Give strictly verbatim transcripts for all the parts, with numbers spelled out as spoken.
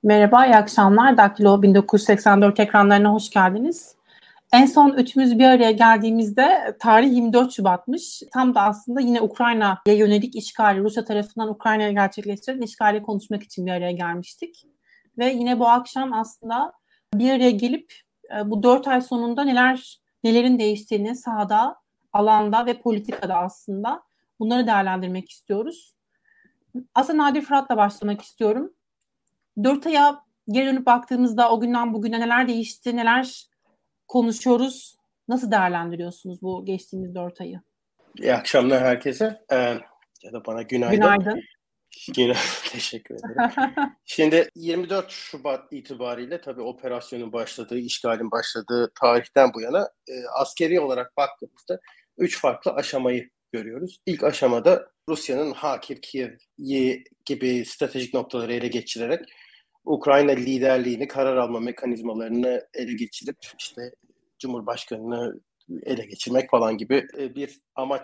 Merhaba, iyi akşamlar. Daktilo bin dokuz yüz seksen dört ekranlarına hoş geldiniz. En son üçümüz bir araya geldiğimizde tarih yirmi dört Şubat'mış. Tam da aslında yine Ukrayna'ya yönelik işgali, Rusya tarafından Ukrayna'ya gerçekleştirilen işgali konuşmak için bir araya gelmiştik. Ve yine bu akşam aslında bir araya gelip bu dört ay sonunda neler nelerin değiştiğini sahada, alanda ve politikada aslında bunları değerlendirmek istiyoruz. Aslında Nadir Fırat'la başlamak istiyorum. Dört aya geri dönüp baktığımızda o günden bugüne neler değişti, neler konuşuyoruz, nasıl değerlendiriyorsunuz bu geçtiğimiz dört ayı? İyi akşamlar herkese. Ee, ya da bana günaydın. Günaydın. Günaydın. Teşekkür ederim. Şimdi yirmi dört Şubat itibariyle tabii operasyonun başladığı, işgalin başladığı tarihten bu yana e, askeri olarak baktığımızda üç farklı aşamayı görüyoruz. İlk aşamada Rusya'nın Harkiv, Kiev gibi stratejik noktaları ele geçirerek Ukrayna liderliğini, karar alma mekanizmalarını ele geçirip işte Cumhurbaşkanı'nı ele geçirmek falan gibi bir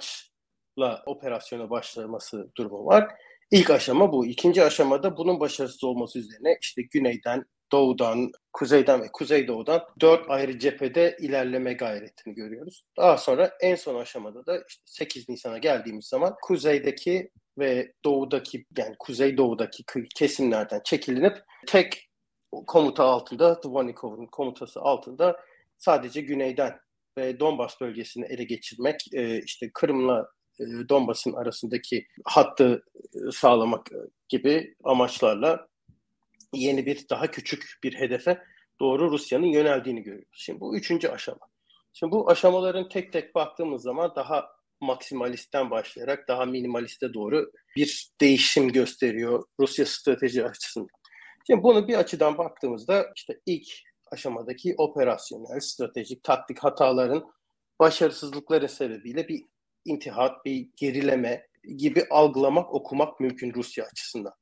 amaçla operasyona başlaması durumu var. İlk aşama bu. İkinci aşamada bunun başarısız olması üzerine işte güneyden, doğudan, kuzeyden ve kuzeydoğudan dört ayrı cephede ilerleme gayretini görüyoruz. Daha sonra en son aşamada da işte sekiz Nisan'a geldiğimiz zaman kuzeydeki ve doğudaki, yani kuzeydoğudaki kesimlerden çekilinip tek komuta altında, Dvornikov'un komutası altında sadece güneyden ve Donbas bölgesini ele geçirmek, işte Kırım'la Donbas'ın arasındaki hattı sağlamak gibi amaçlarla yeni bir, daha küçük bir hedefe doğru Rusya'nın yöneldiğini görüyoruz. Şimdi bu üçüncü aşama. Şimdi bu aşamaların tek tek baktığımız zaman daha maksimalistten başlayarak daha minimaliste doğru bir değişim gösteriyor Rusya strateji açısından. Şimdi bunu bir açıdan baktığımızda işte ilk aşamadaki operasyonel, stratejik, taktik hataların başarısızlıkları sebebiyle bir intihat, bir gerileme gibi algılamak, okumak mümkün Rusya açısından.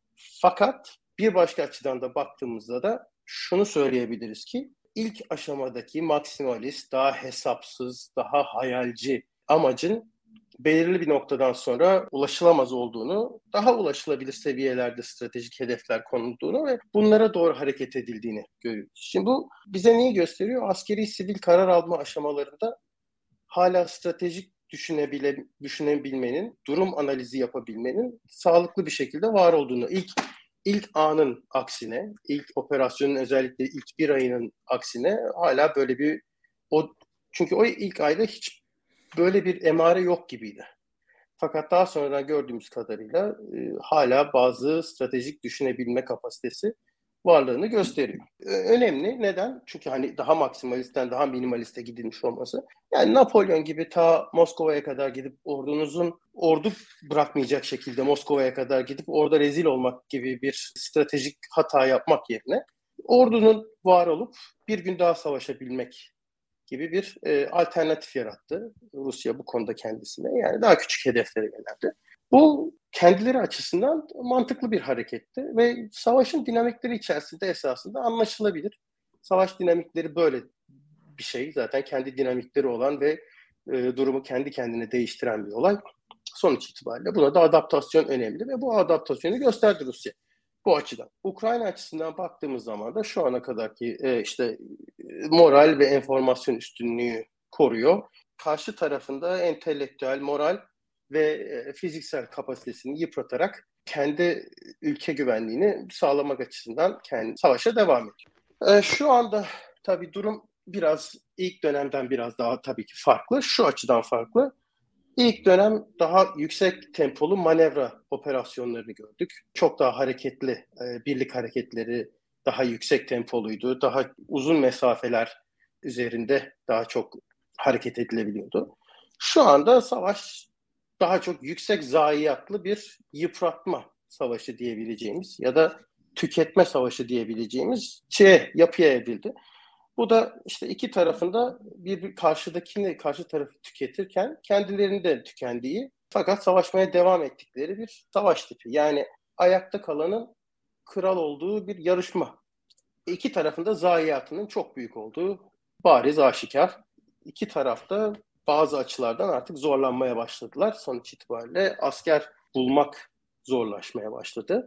Fakat bir başka açıdan da baktığımızda da şunu söyleyebiliriz ki ilk aşamadaki maksimalist, daha hesapsız, daha hayalci amacın belirli bir noktadan sonra ulaşılamaz olduğunu, daha ulaşılabilir seviyelerde stratejik hedefler konulduğunu ve bunlara doğru hareket edildiğini görüyoruz. Şimdi bu bize neyi gösteriyor? Askeri sivil karar alma aşamalarında hala stratejik düşünebile, düşünebilmenin, durum analizi yapabilmenin sağlıklı bir şekilde var olduğunu. İlk ilk anın aksine, ilk operasyonun özellikle ilk bir ayının aksine hala böyle bir o çünkü o ilk ayda hiç böyle bir emare yok gibiydi. Fakat daha sonradan gördüğümüz kadarıyla e, hala bazı stratejik düşünebilme kapasitesi varlığını gösteriyor. E, önemli. Neden? Çünkü hani daha maksimalistten daha minimaliste gidilmiş olması. Yani Napolyon gibi ta Moskova'ya kadar gidip ordunuzun ordu bırakmayacak şekilde Moskova'ya kadar gidip orada rezil olmak gibi bir stratejik hata yapmak yerine ordunun var olup bir gün daha savaşabilmek gibi bir e, alternatif yarattı Rusya bu konuda kendisine. Yani daha küçük hedeflere yöneldi. Bu kendileri açısından mantıklı bir hareketti ve savaşın dinamikleri içerisinde esasında anlaşılabilir. Savaş dinamikleri böyle bir şey. Zaten kendi dinamikleri olan ve e, durumu kendi kendine değiştiren bir olay. Sonuç itibariyle buna da adaptasyon önemli ve bu adaptasyonu gösterdi Rusya. Bu açıdan. Ukrayna açısından baktığımız zaman da şu ana kadarki e, işte moral ve enformasyon üstünlüğü koruyor. Karşı tarafında entelektüel, moral ve e, fiziksel kapasitesini yıpratarak kendi ülke güvenliğini sağlamak açısından kendi savaşa devam ediyor. E, şu anda tabii durum biraz ilk dönemden biraz daha tabii ki farklı. Şu açıdan farklı. İlk dönem daha yüksek tempolu manevra operasyonlarını gördük. Çok daha hareketli, e, birlik hareketleri daha yüksek tempoluydu. Daha uzun mesafeler üzerinde daha çok hareket edilebiliyordu. Şu anda savaş daha çok yüksek zayiatlı bir yıpratma savaşı diyebileceğimiz ya da tüketme savaşı diyebileceğimiz şeye, yapıya evrildi. Bu da işte iki tarafında bir, bir karşıdakini, karşı tarafı tüketirken kendilerinin de tükendiği fakat savaşmaya devam ettikleri bir savaş tipi. Yani ayakta kalanın kral olduğu bir yarışma. İki tarafında zayiatının çok büyük olduğu bariz aşikar. İki tarafta bazı açılardan artık zorlanmaya başladılar. Sonuç itibariyle asker bulmak zorlaşmaya başladı.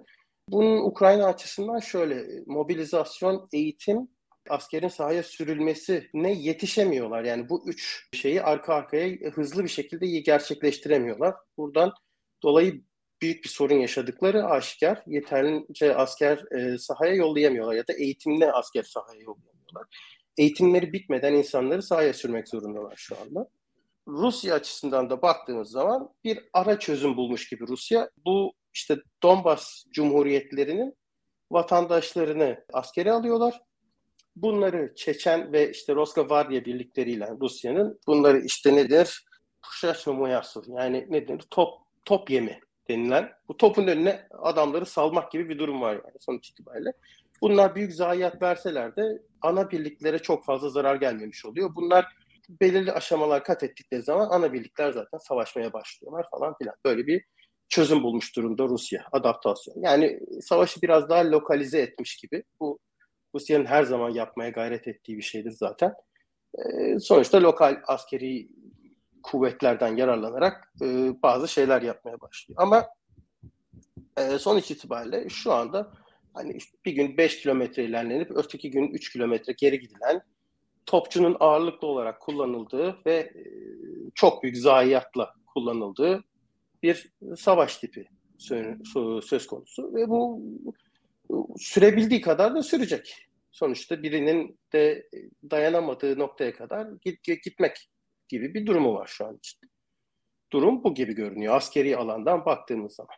Bunun Ukrayna açısından şöyle, mobilizasyon, eğitim, askerin sahaya sürülmesine yetişemiyorlar. Yani bu üç şeyi arka arkaya hızlı bir şekilde iyi gerçekleştiremiyorlar. Buradan dolayı büyük bir sorun yaşadıkları aşikar. Yeterince asker e, sahaya yollayamıyorlar ya da eğitimli asker sahaya yollayamıyorlar. Eğitimleri bitmeden insanları sahaya sürmek zorundalar şu anda. Rusya açısından da baktığımız zaman bir ara çözüm bulmuş gibi Rusya. Bu işte Donbas Cumhuriyetlerinin vatandaşlarını askere alıyorlar. Bunları Çeçen ve işte Rosgvardiya birlikleriyle Rusya'nın bunları işte nedir? Puşaşmamoyasu, yani nedir? Top top yemi denilen, bu topun önüne adamları salmak gibi bir durum var yani sonuç itibariyle. Bunlar büyük zayiat verseler de ana birliklere çok fazla zarar gelmemiş oluyor. Bunlar belirli aşamalar kat ettikleri zaman ana birlikler zaten savaşmaya başlıyorlar falan filan. Böyle bir çözüm bulmuş durumda Rusya, adaptasyon. Yani savaşı biraz daha lokalize etmiş gibi. Bu Rusya'nın her zaman yapmaya gayret ettiği bir şeydir zaten. Ee, sonuçta lokal askeri kuvvetlerden yararlanarak e, bazı şeyler yapmaya başlıyor. Ama e, sonuç itibariyle şu anda hani bir gün beş kilometre ilerlenip öteki gün üç kilometre geri gidilen, topçunun ağırlıklı olarak kullanıldığı ve e, çok büyük zayiatla kullanıldığı bir savaş tipi söz konusu ve bu sürebildiği kadar da sürecek. Sonuçta birinin de dayanamadığı noktaya kadar git, gitmek gibi bir durumu var şu an için. Durum bu gibi görünüyor askeri alandan baktığımız zaman.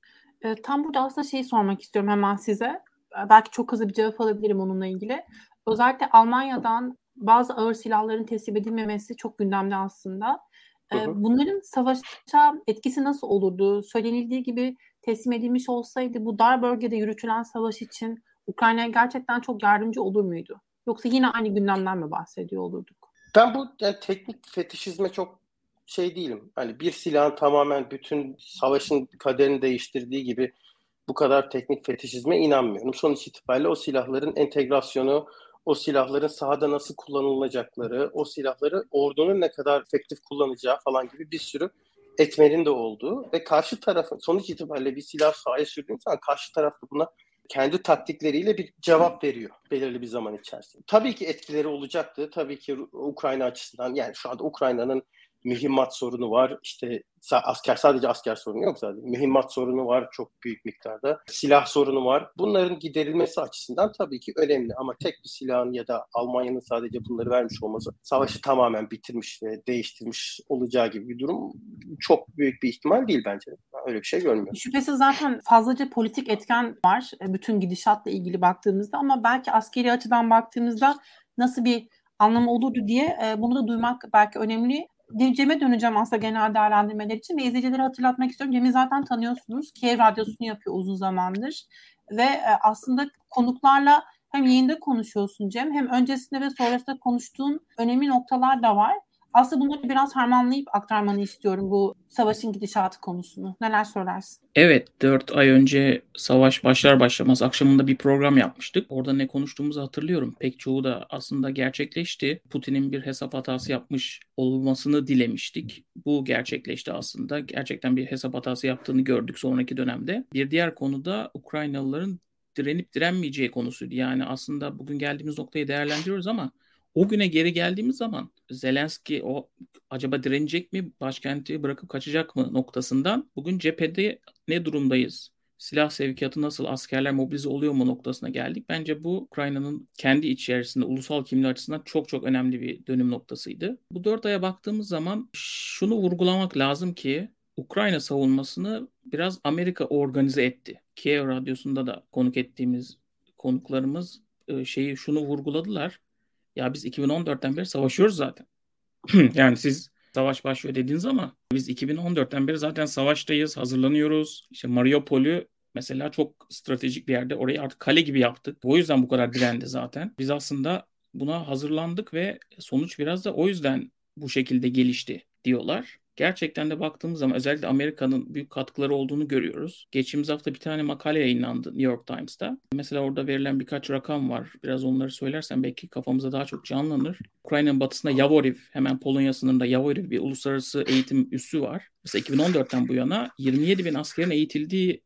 E, tam burada aslında şeyi sormak istiyorum hemen size. E, belki çok hızlı bir cevap alabilirim onunla ilgili. Özellikle Almanya'dan bazı ağır silahların teslim edilmemesi çok gündemde aslında. E, hı hı. Bunların savaşa etkisi nasıl olurdu? Söylenildiği gibi teslim edilmiş olsaydı bu dar bölgede yürütülen savaş için Ukrayna'ya gerçekten çok yardımcı olur muydu? Yoksa yine aynı gündemden mi bahsediyor olurduk? Ben bu yani teknik fetişizme çok şey değilim. Hani bir silahın tamamen bütün savaşın kaderini değiştirdiği gibi bu kadar teknik fetişizme inanmıyorum. Sonuç itibariyle o silahların entegrasyonu, o silahların sahada nasıl kullanılacakları, o silahları ordunun ne kadar efektif kullanacağı falan gibi bir sürü etmenin de olduğu ve karşı tarafın sonuç itibariyle bir silah sahaya sürdüğün zaman karşı taraf da buna kendi taktikleriyle bir cevap veriyor belirli bir zaman içerisinde. Tabii ki etkileri olacaktı. Tabii ki Ukrayna açısından, yani şu anda Ukrayna'nın mühimmat sorunu var. İşte asker, sadece asker sorunu yok zaten. Mühimmat sorunu var çok büyük miktarda. Silah sorunu var. Bunların giderilmesi açısından tabii ki önemli ama tek bir silahın ya da Almanya'nın sadece bunları vermiş olması savaşı tamamen bitirmiş ve değiştirmiş olacağı gibi bir durum çok büyük bir ihtimal değil bence. Ben öyle bir şey görmüyorum. Şüphesiz zaten fazlaca politik etken var bütün gidişatla ilgili baktığımızda ama belki askeri açıdan baktığımızda nasıl bir anlamı olurdu diye bunu da duymak belki önemli. Cem'e döneceğim aslında genel değerlendirmeler için ve izleyicileri hatırlatmak istiyorum. Cem'i zaten tanıyorsunuz. Kiev Radyosu'nu yapıyor uzun zamandır ve aslında konuklarla hem yayında konuşuyorsun Cem, hem öncesinde ve sonrasında konuştuğun önemli noktalar da var. Aslında bunları biraz harmanlayıp aktarmanı istiyorum bu savaşın gidişatı konusunu. Neler söylersin? Evet, dört ay önce savaş başlar başlamaz akşamında bir program yapmıştık. Orada ne konuştuğumuzu hatırlıyorum. Pek çoğu da aslında gerçekleşti. Putin'in bir hesap hatası yapmış olmasını dilemiştik. Bu gerçekleşti aslında. Gerçekten bir hesap hatası yaptığını gördük sonraki dönemde. Bir diğer konu da Ukraynalıların direnip direnmeyeceği konusuydu. Yani aslında bugün geldiğimiz noktayı değerlendiriyoruz ama o güne geri geldiğimiz zaman Zelenski o acaba direnecek mi, başkenti bırakıp kaçacak mı noktasından bugün cephede ne durumdayız? Silah sevkiyatı nasıl, askerler mobilize oluyor mu noktasına geldik. Bence bu Ukrayna'nın kendi içerisinde ulusal kimliği açısından çok çok önemli bir dönüm noktasıydı. Bu dört aya baktığımız zaman şunu vurgulamak lazım ki Ukrayna savunmasını biraz Amerika organize etti. Kiev Radyosu'nda da konuk ettiğimiz konuklarımız şeyi şunu vurguladılar. Ya biz iki bin on dörtten beri savaşıyoruz zaten. Yani siz savaş başlıyor dediniz ama biz iki bin on dörtten beri zaten savaştayız, hazırlanıyoruz. İşte Mariupol'ü mesela çok stratejik bir yerde, orayı artık kale gibi yaptık. O yüzden bu kadar direndi zaten. Biz aslında buna hazırlandık ve sonuç biraz da o yüzden bu şekilde gelişti diyorlar. Gerçekten de baktığımız zaman özellikle Amerika'nın büyük katkıları olduğunu görüyoruz. Geçtiğimiz hafta bir tane makale yayınlandı New York Times'ta. Mesela orada verilen birkaç rakam var. Biraz onları söylersem belki kafamıza daha çok canlanır. Ukrayna'nın batısında Yavoriv, hemen Polonya sınırında Yavoriv bir uluslararası eğitim üssü var. Mesela iki bin on dörtten bu yana yirmi yedi bin askerin eğitildiği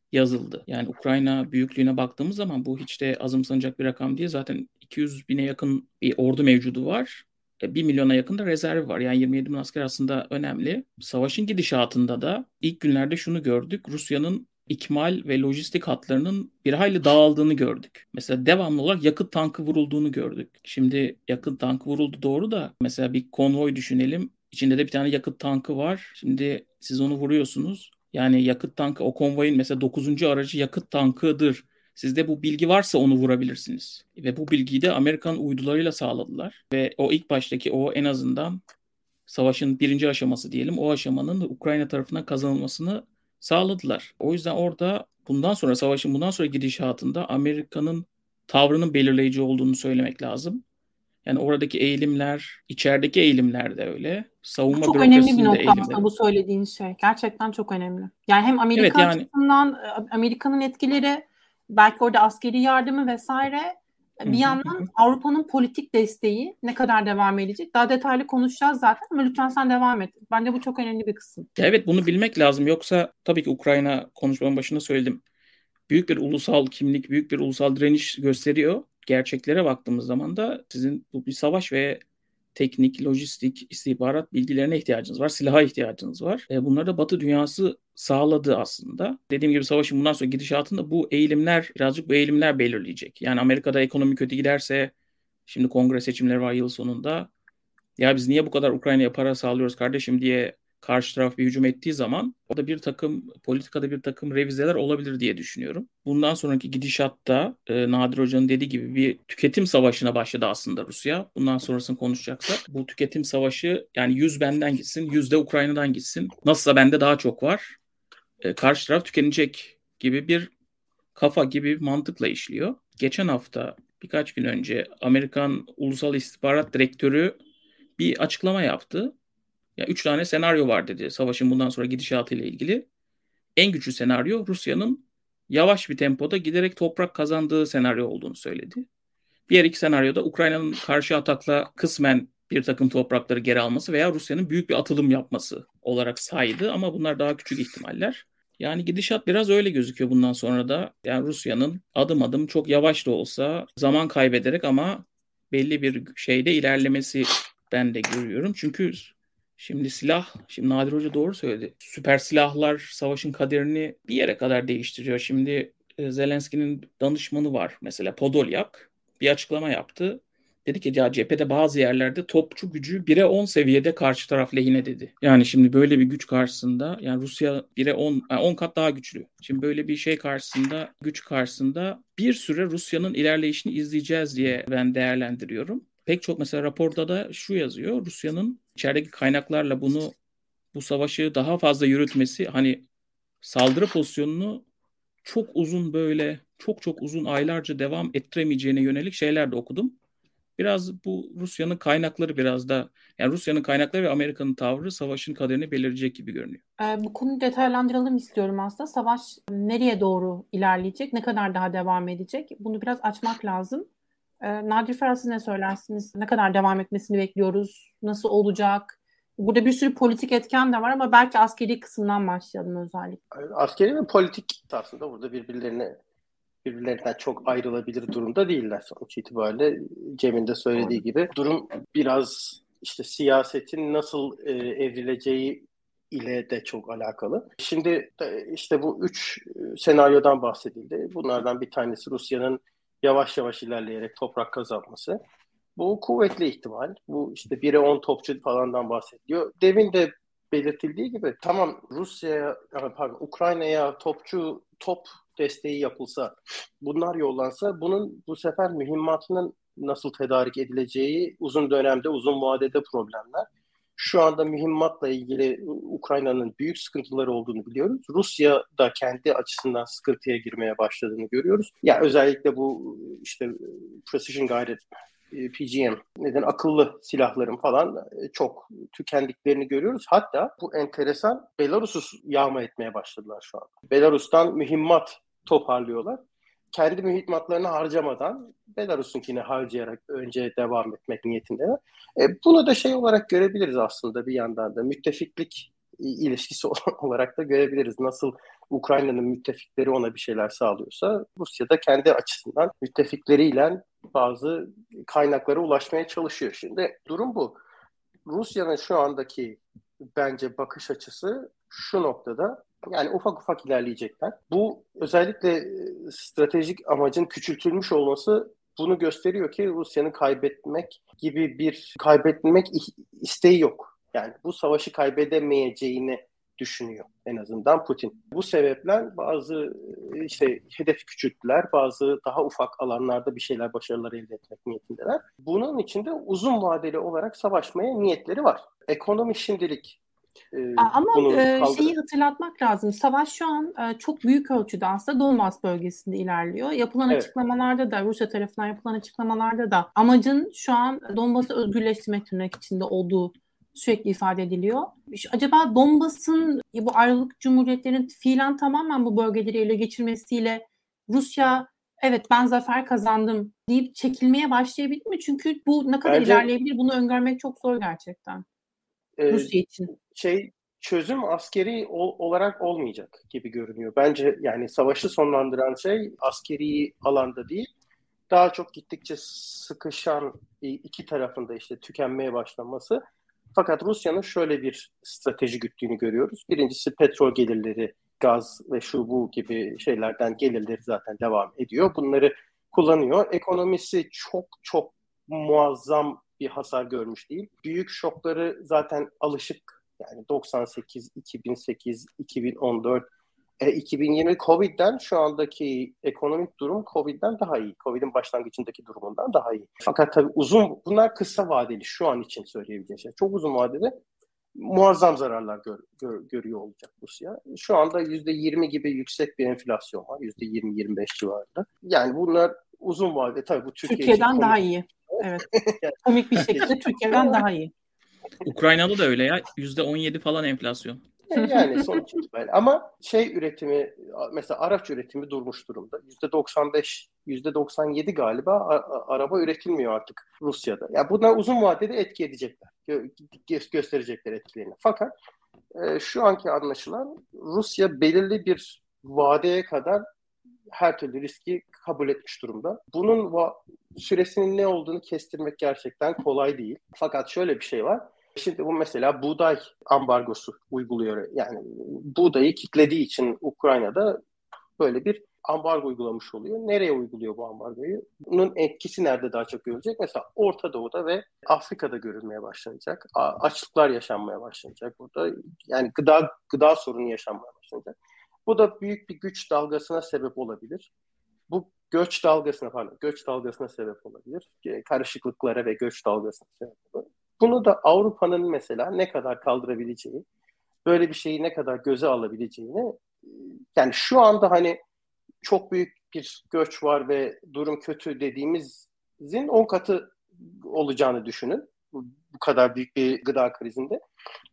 yazıldı. Yani Ukrayna büyüklüğüne baktığımız zaman bu hiç de azımsanacak bir rakam değil. Zaten iki yüz bine yakın bir ordu mevcudu var. bir milyona yakın da rezervi var. Yani yirmi yedi bin asker aslında önemli. Savaşın gidişatında da ilk günlerde şunu gördük. Rusya'nın ikmal ve lojistik hatlarının bir hayli dağıldığını gördük. Mesela devamlı olarak yakıt tankı vurulduğunu gördük. Şimdi yakıt tankı vuruldu doğru da mesela bir konvoy düşünelim. İçinde de bir tane yakıt tankı var. Şimdi siz onu vuruyorsunuz. Yani yakıt tankı o konvoyun mesela dokuzuncu aracı yakıt tankıdır. Sizde bu bilgi varsa onu vurabilirsiniz. Ve bu bilgiyi de Amerikan uydularıyla sağladılar. Ve o ilk baştaki o en azından savaşın birinci aşaması diyelim. O aşamanın Ukrayna tarafından kazanılmasını sağladılar. O yüzden orada bundan sonra savaşın bundan sonra gidişatında Amerika'nın tavrının belirleyici olduğunu söylemek lazım. Yani oradaki eğilimler, içerideki eğilimler de öyle. Bu Savunma çok önemli bir bürokrasisinin de nokta eğilimleri. aslında bu söylediğin şey. Gerçekten çok önemli. Yani hem Evet Amerika yani açısından Amerika'nın etkileri, belki orada askeri yardımı vesaire, hı bir hı yandan hı. Avrupa'nın politik desteği ne kadar devam edecek? Daha detaylı konuşacağız zaten ama lütfen sen devam et. Bence bu çok önemli bir kısım. Ya evet bunu bilmek lazım. Yoksa tabii ki Ukrayna konuşmanın başında söyledim. Büyük bir ulusal kimlik, büyük bir ulusal direniş gösteriyor. Gerçeklere baktığımız zaman da sizin bu bir savaş ve teknik, lojistik, istihbarat bilgilerine ihtiyacınız var. Silaha ihtiyacınız var. E, bunları da Batı dünyası sağladı aslında. Dediğim gibi savaşın bundan sonra gidişatında bu eğilimler, birazcık bu eğilimler belirleyecek. Yani Amerika'da ekonomi kötü giderse, şimdi kongre seçimleri var yıl sonunda. Ya biz niye bu kadar Ukrayna'ya para sağlıyoruz kardeşim diye karşı taraf bir hücum ettiği zaman orada bir takım politikada bir takım revizeler olabilir diye düşünüyorum. Bundan sonraki gidişatta e, Nadir Hoca'nın dediği gibi bir tüketim savaşına başladı aslında Rusya. Bundan sonrasını konuşacaksak bu tüketim savaşı yani yüz benden gitsin, yüz de Ukrayna'dan gitsin. Nasılsa bende daha çok var. E, karşı taraf tükenecek gibi bir kafa gibi bir mantıkla işliyor. Geçen hafta birkaç gün önce Amerikan Ulusal İstihbarat Direktörü bir açıklama yaptı. Ya üç tane senaryo var dedi savaşın bundan sonra gidişatı ile ilgili. En güçlü senaryo Rusya'nın yavaş bir tempoda giderek toprak kazandığı senaryo olduğunu söyledi. Diğer iki senaryoda Ukrayna'nın karşı atakla kısmen bir takım toprakları geri alması veya Rusya'nın büyük bir atılım yapması olarak saydı ama bunlar daha küçük ihtimaller. Yani gidişat biraz öyle gözüküyor bundan sonra da. Yani Rusya'nın adım adım çok yavaş da olsa zaman kaybederek ama belli bir şeyde ilerlemesi ben de görüyorum. Çünkü şimdi silah, şimdi Nadir Hoca doğru söyledi. Süper silahlar savaşın kaderini bir yere kadar değiştiriyor. Şimdi e, Zelenski'nin danışmanı var mesela Podolyak bir açıklama yaptı. Dedi ki ya cephede bazı yerlerde topçu gücü bire on seviyede karşı taraf lehine dedi. Yani şimdi böyle bir güç karşısında yani Rusya bire on, yani on kat daha güçlü. Şimdi böyle bir şey karşısında, güç karşısında bir süre Rusya'nın ilerleyişini izleyeceğiz diye ben değerlendiriyorum. Pek çok mesela raporda da şu yazıyor. Rusya'nın içerideki kaynaklarla bunu bu savaşı daha fazla yürütmesi hani saldırı pozisyonunu çok uzun böyle çok çok uzun aylarca devam ettiremeyeceğine yönelik şeyler de okudum. Biraz bu Rusya'nın kaynakları biraz da yani Rusya'nın kaynakları ve Amerika'nın tavrı savaşın kaderini belirleyecek gibi görünüyor. Ee, bu konuyu detaylandıralım istiyorum aslında. Savaş nereye doğru ilerleyecek, ne kadar daha devam edecek? Bunu biraz açmak lazım. Ee, Nadir Ferhat, siz ne söylersiniz? Ne kadar devam etmesini bekliyoruz? Nasıl olacak? Burada bir sürü politik etken de var ama belki askeri kısımdan başlayalım özellikle. Askeri ve politik aslında burada birbirlerine birbirlerinden çok ayrılabilir durumda değiller sonuç itibariyle. Cem'in de söylediği gibi durum biraz işte siyasetin nasıl e, evrileceği ile de çok alakalı. Şimdi işte bu üç senaryodan bahsedildi. Bunlardan bir tanesi Rusya'nın yavaş yavaş ilerleyerek toprak kazanması. Bu kuvvetli ihtimal. Bu işte bire on topçu falandan bahsediliyor. Demin de belirtildiği gibi tamam Rusya'ya, pardon Ukrayna'ya topçu top desteği yapılsa, bunlar yollansa bunun bu sefer mühimmatının nasıl tedarik edileceği uzun dönemde, uzun vadede problemler. Şu anda mühimmatla ilgili Ukrayna'nın büyük sıkıntıları olduğunu biliyoruz. Rusya da kendi açısından sıkıntıya girmeye başladığını görüyoruz. Ya özellikle bu işte precision guided P G M, neden akıllı silahların falan çok tükendiklerini görüyoruz. Hatta bu enteresan Belarus'u yağma etmeye başladılar şu an. Belarus'tan mühimmat toparlıyorlar. Kendi mühimmatlarını harcamadan Belarus'unkini harcayarak önce devam etmek niyetindeler. E, bunu da şey olarak görebiliriz aslında bir yandan da. Müttefiklik ilişkisi olarak da görebiliriz. Nasıl Ukrayna'nın müttefikleri ona bir şeyler sağlıyorsa Rusya da kendi açısından müttefikleriyle bazı kaynaklara ulaşmaya çalışıyor. Şimdi durum bu. Rusya'nın şu andaki bence bakış açısı şu noktada, yani ufak ufak ilerleyecekler. Bu özellikle stratejik amacın küçültülmüş olması bunu gösteriyor ki Rusya'nın kaybetmek gibi bir kaybetmek isteği yok. Yani bu savaşı kaybedemeyeceğini düşünüyor en azından Putin. Bu sebeple bazı işte hedefi küçülttüler, bazı daha ufak alanlarda bir şeyler, başarılar elde etmek niyetindeler. Bunun için de uzun vadeli olarak savaşmaya niyetleri var. Ekonomi şimdilik e, Ama bunu e, kaldırır. şeyi hatırlatmak lazım. Savaş şu an e, çok büyük ölçüde aslında Donbas bölgesinde ilerliyor. Yapılan Evet. açıklamalarda da, Rusya tarafından yapılan açıklamalarda da amacın şu an Donbas'ı özgürleştirmek tırnak içinde olduğu sürekli ifade ediliyor. Acaba Donbas'ın bu ayrılık cumhuriyetlerin fiilen tamamen bu bölgeleri ele geçirmesiyle Rusya evet ben zafer kazandım deyip çekilmeye başlayabilir mi? Çünkü bu ne kadar Bence, ilerleyebilir bunu öngörmek çok zor gerçekten e, Rusya için. Şey çözüm askeri ol, olarak olmayacak gibi görünüyor. Bence yani savaşı sonlandıran şey askeri alanda değil, daha çok gittikçe sıkışan iki tarafında işte tükenmeye başlaması. Fakat Rusya'nın şöyle bir strateji güttüğünü görüyoruz. Birincisi petrol gelirleri, gaz ve şu bu gibi şeylerden gelirleri zaten devam ediyor. Bunları kullanıyor. Ekonomisi çok çok muazzam bir hasar görmüş değil. Büyük şokları zaten alışık. Yani doksan sekiz, iki bin sekiz, iki bin on dört, E, iki bin yirmi Covid'den şu andaki ekonomik durum Covid'den daha iyi. Covid'in başlangıcındaki durumundan daha iyi. Fakat tabii uzun, bunlar kısa vadeli şu an için söyleyebileceğim şey. Çok uzun vadede muazzam zararlar gör, gör, görüyor olacak Rusya. Şu anda yüzde yirmi gibi yüksek bir enflasyon var. yüzde yirmi yirmi beş civarında. Yani bunlar uzun vadede tabii bu Türkiye Türkiye'den için daha komik. iyi. Evet. Komik bir şekilde Türkiye'den daha iyi. Ukrayna'da da öyle ya. yüzde on yedi falan enflasyon. Yani sonuç itibariyle. Ama şey üretimi, mesela araç üretimi durmuş durumda. yüzde doksan beş, yüzde doksan yedi galiba a- araba üretilmiyor artık Rusya'da. Ya yani bunlar uzun vadede etki edecekler. Gö- gösterecekler etkilerini. Fakat e, şu anki anlaşılan Rusya belirli bir vadeye kadar her türlü riski kabul etmiş durumda. Bunun va- süresinin ne olduğunu kestirmek gerçekten kolay değil. Fakat şöyle bir şey var. Şimdi bu mesela buğday ambargosu uyguluyor. Yani buğdayı kitlediği için Ukrayna'da böyle bir ambargo uygulamış oluyor. Nereye uyguluyor bu ambargoyu? Bunun etkisi nerede daha çok görülecek? Mesela Orta Doğu'da ve Afrika'da görülmeye başlanacak. Açlıklar yaşanmaya başlanacak burada. Yani gıda gıda sorunu yaşanmaya başlanacak. Bu da büyük bir güç dalgasına sebep olabilir. Bu göç dalgasına pardon, göç dalgasına sebep olabilir. Karışıklıklara ve göç dalgasına sebep olabilir. Bunu da Avrupa'nın mesela ne kadar kaldırabileceği, böyle bir şeyi ne kadar göze alabileceğini, yani şu anda hani çok büyük bir göç var ve durum kötü dediğimizin on katı olacağını düşünün. Bu, bu kadar büyük bir gıda krizinde.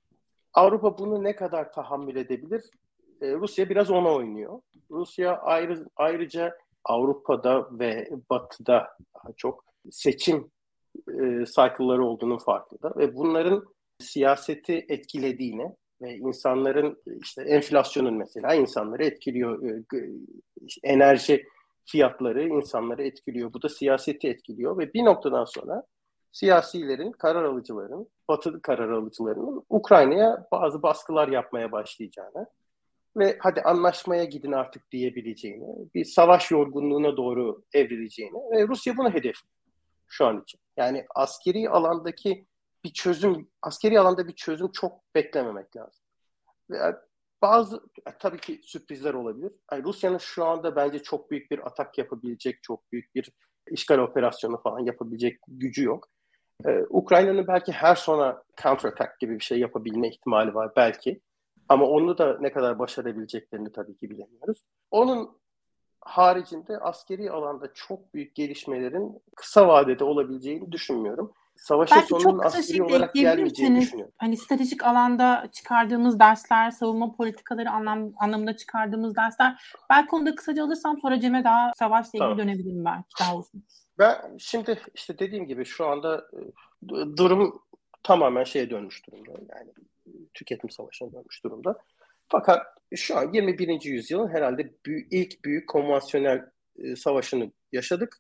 Avrupa bunu ne kadar tahammül edebilir? Ee, Rusya biraz ona oynuyor. Rusya ayrı, ayrıca Avrupa'da ve Batı'da daha çok seçim e, cycle'ları olduğunun farkında ve bunların siyaseti etkilediğini ve insanların işte enflasyonun mesela insanları etkiliyor, e, işte enerji fiyatları insanları etkiliyor. Bu da siyaseti etkiliyor ve bir noktadan sonra siyasilerin, karar alıcıların, batılı karar alıcılarının Ukrayna'ya bazı baskılar yapmaya başlayacağını ve hadi anlaşmaya gidin artık diyebileceğini, bir savaş yorgunluğuna doğru evrileceğini ve Rusya bunu hedefliyor şu an için. Yani askeri alandaki bir çözüm, askeri alanda bir çözüm çok beklememek lazım. Ve bazı tabii ki sürprizler olabilir. Yani Rusya'nın şu anda bence çok büyük bir atak yapabilecek, çok büyük bir işgal operasyonu falan yapabilecek gücü yok. Ee, Ukrayna'nın belki her sona counter attack gibi bir şey yapabilme ihtimali var belki. Ama onu da ne kadar başarabileceklerini tabii ki bilemiyoruz. Onun haricinde askeri alanda çok büyük gelişmelerin kısa vadede olabileceğini düşünmüyorum. Savaşın Belki sonunun çok kısa askeri şey de olarak ekleyebilir gelmeyeceğini misiniz? düşünüyorum. Hani stratejik alanda çıkardığımız dersler, savunma politikaları anlam, anlamında çıkardığımız dersler. Belki onu da kısaca alırsam sonra Cem'e daha savaşla ilgili Tamam. dönebilirim belki daha uzun. Ben şimdi işte dediğim gibi şu anda durum tamamen şeye dönmüş durumda. Yani tüketim savaşına dönmüş durumda. Fakat şu an yirmi birinci yüzyılın herhalde büyük, ilk büyük konvansiyonel e, savaşını yaşadık.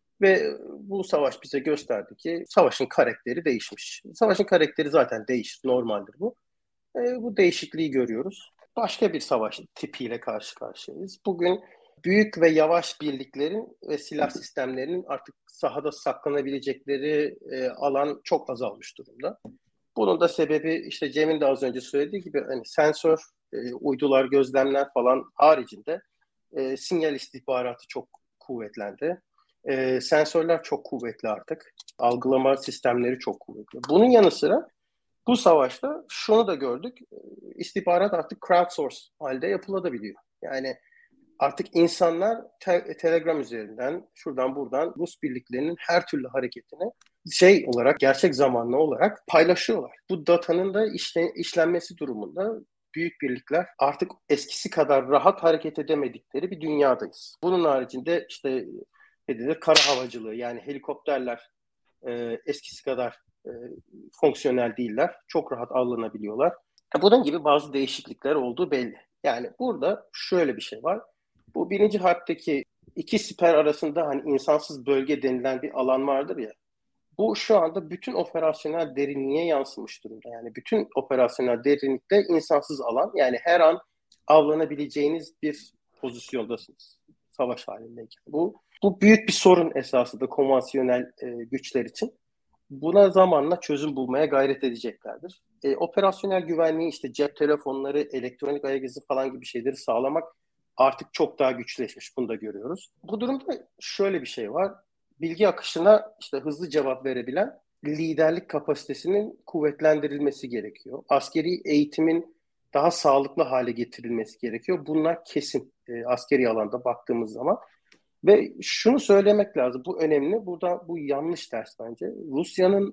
Ve bu savaş bize gösterdi ki savaşın karakteri değişmiş. Savaşın karakteri zaten değişir, normaldir bu. E, bu değişikliği görüyoruz. Başka bir savaş tipiyle karşı karşıyayız. Bugün büyük ve yavaş birliklerin ve silah sistemlerinin artık sahada saklanabilecekleri e, alan çok azalmış durumda. Bunun da sebebi işte Cem'in de az önce söylediği gibi hani sensör, e, uydular, gözlemler falan haricinde e, sinyal istihbaratı çok kuvvetlendi. E, sensörler çok kuvvetli artık. Algılama sistemleri çok kuvvetli. Bunun yanı sıra bu savaşta şunu da gördük. İstihbarat artık crowdsource halde yapılabiliyor. Yani artık insanlar te- Telegram üzerinden şuradan buradan Rus birliklerinin her türlü hareketini şey olarak gerçek zamanlı olarak paylaşıyorlar. Bu datanın da işle, işlenmesi durumunda büyük birlikler artık eskisi kadar rahat hareket edemedikleri bir dünyadayız. Bunun haricinde işte ne denir, kara havacılığı yani helikopterler e, eskisi kadar e, fonksiyonel değiller. Çok rahat avlanabiliyorlar. Bunun gibi bazı değişiklikler olduğu belli. Yani burada şöyle bir şey var. Bu birinci harpteki iki siper arasında hani insansız bölge denilen bir alan vardır ya. Bu şu anda bütün operasyonel derinliğe yansımış durumda. Yani bütün operasyonel derinlikte insansız alan. Yani her an avlanabileceğiniz bir pozisyondasınız savaş halindeyken. Bu bu büyük bir sorun esasında konvansiyonel e, güçler için. Buna zamanla çözüm bulmaya gayret edeceklerdir. E, operasyonel güvenliği işte cep telefonları, elektronik ayak izi falan gibi şeyleri sağlamak artık çok daha güçleşmiş. Bunu da görüyoruz. Bu durumda şöyle bir şey var. Bilgi akışına işte hızlı cevap verebilen liderlik kapasitesinin kuvvetlendirilmesi gerekiyor. Askeri eğitimin daha sağlıklı hale getirilmesi gerekiyor. Bunlar kesin e, askeri alanda baktığımız zaman. Ve şunu söylemek lazım. Bu önemli. Burada bu yanlış ders bence. Rusya'nın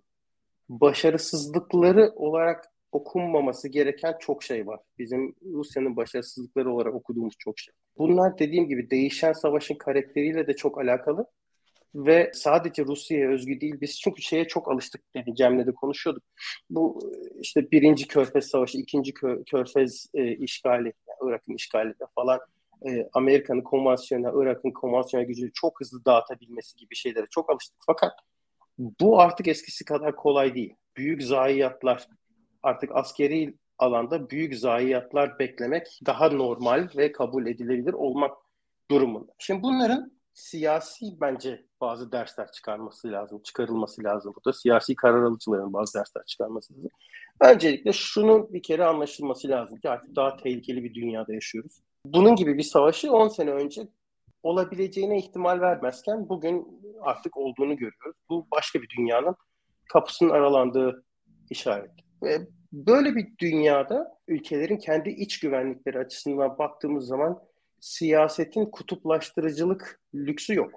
başarısızlıkları olarak okunmaması gereken çok şey var. Bizim Rusya'nın başarısızlıkları olarak okuduğumuz çok şey. Bunlar dediğim gibi değişen savaşın karakteriyle de çok alakalı. Ve sadece Rusya'ya özgü değil. Biz çünkü şeye çok alıştık dedi Cem'le de konuşuyorduk. Bu işte birinci Körfez Savaşı, ikinci Kö- Körfez e, işgali, yani Irak'ın işgali de falan e, Amerika'nın konvansiyonel, Irak'ın konvansiyonel gücünü çok hızlı dağıtabilmesi gibi şeylere çok alıştık. Fakat bu artık eskisi kadar kolay değil. Büyük zayiatlar, artık askeri alanda büyük zayiatlar beklemek daha normal ve kabul edilebilir olmak durumunda. Şimdi bunların siyasi bence bazı dersler çıkarması lazım, çıkarılması lazım. Burada siyasi karar alıcıların bazı dersler çıkarması lazım. Öncelikle şunun bir kere anlaşılması lazım ki artık daha tehlikeli bir dünyada yaşıyoruz. Bunun gibi bir savaşı on sene önce olabileceğine ihtimal vermezken bugün artık olduğunu görüyoruz. Bu başka bir dünyanın kapısının aralandığı işaret. Ve böyle bir dünyada ülkelerin kendi iç güvenlikleri açısından baktığımız zaman siyasetin kutuplaştırıcılık lüksü yok.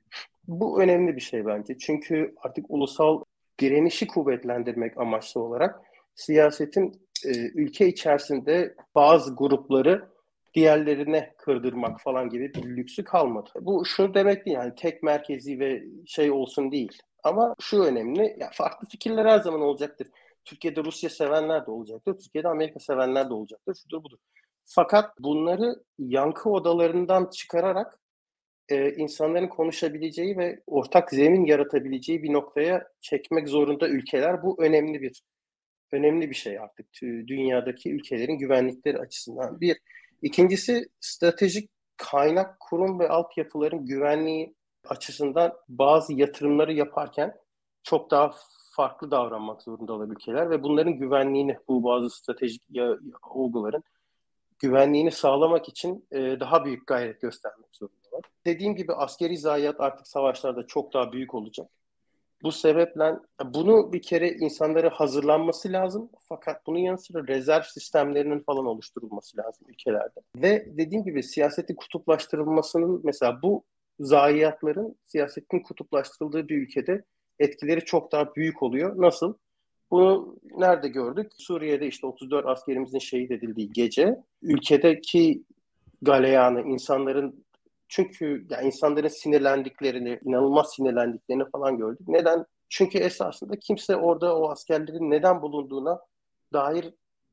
Bu önemli bir şey bence. Çünkü artık ulusal direnişi kuvvetlendirmek amaçlı olarak siyasetin e, ülke içerisinde bazı grupları diğerlerine kırdırmak falan gibi bir lüksü kalmadı. Bu şunu demek değil yani tek merkezi ve şey olsun değil. Ama şu önemli, ya farklı fikirler her zaman olacaktır. Türkiye'de Rusya sevenler de olacaktır. Türkiye'de Amerika sevenler de olacaktır. Şudur budur. Fakat bunları yankı odalarından çıkararak e, insanların konuşabileceği ve ortak zemin yaratabileceği bir noktaya çekmek zorunda ülkeler. Bu önemli bir önemli bir şey artık dünyadaki ülkelerin güvenlikleri açısından. Bir. İkincisi stratejik kaynak, kurum ve altyapıların güvenliği açısından bazı yatırımları yaparken çok daha farklı davranmak zorunda olan ülkeler ve bunların güvenliğini, bu bazı stratejik olguların güvenliğini sağlamak için e, daha büyük gayret göstermek zorundalar. Dediğim gibi askeri zayiat artık savaşlarda çok daha büyük olacak. Bu sebeple bunu bir kere insanları hazırlanması lazım. Fakat bunun yanı sıra rezerv sistemlerinin falan oluşturulması lazım ülkelerde. Ve dediğim gibi siyasetin kutuplaştırılmasının mesela bu zayiatların siyasetin kutuplaştırıldığı bir ülkede etkileri çok daha büyük oluyor. Nasıl? Bunu nerede gördük? Suriye'de işte otuz dört askerimizin şehit edildiği gece ülkedeki galeyanı, insanların çünkü yani insanların sinirlendiklerini, inanılmaz sinirlendiklerini falan gördük. Neden? Çünkü esasında kimse orada o askerlerin neden bulunduğuna dair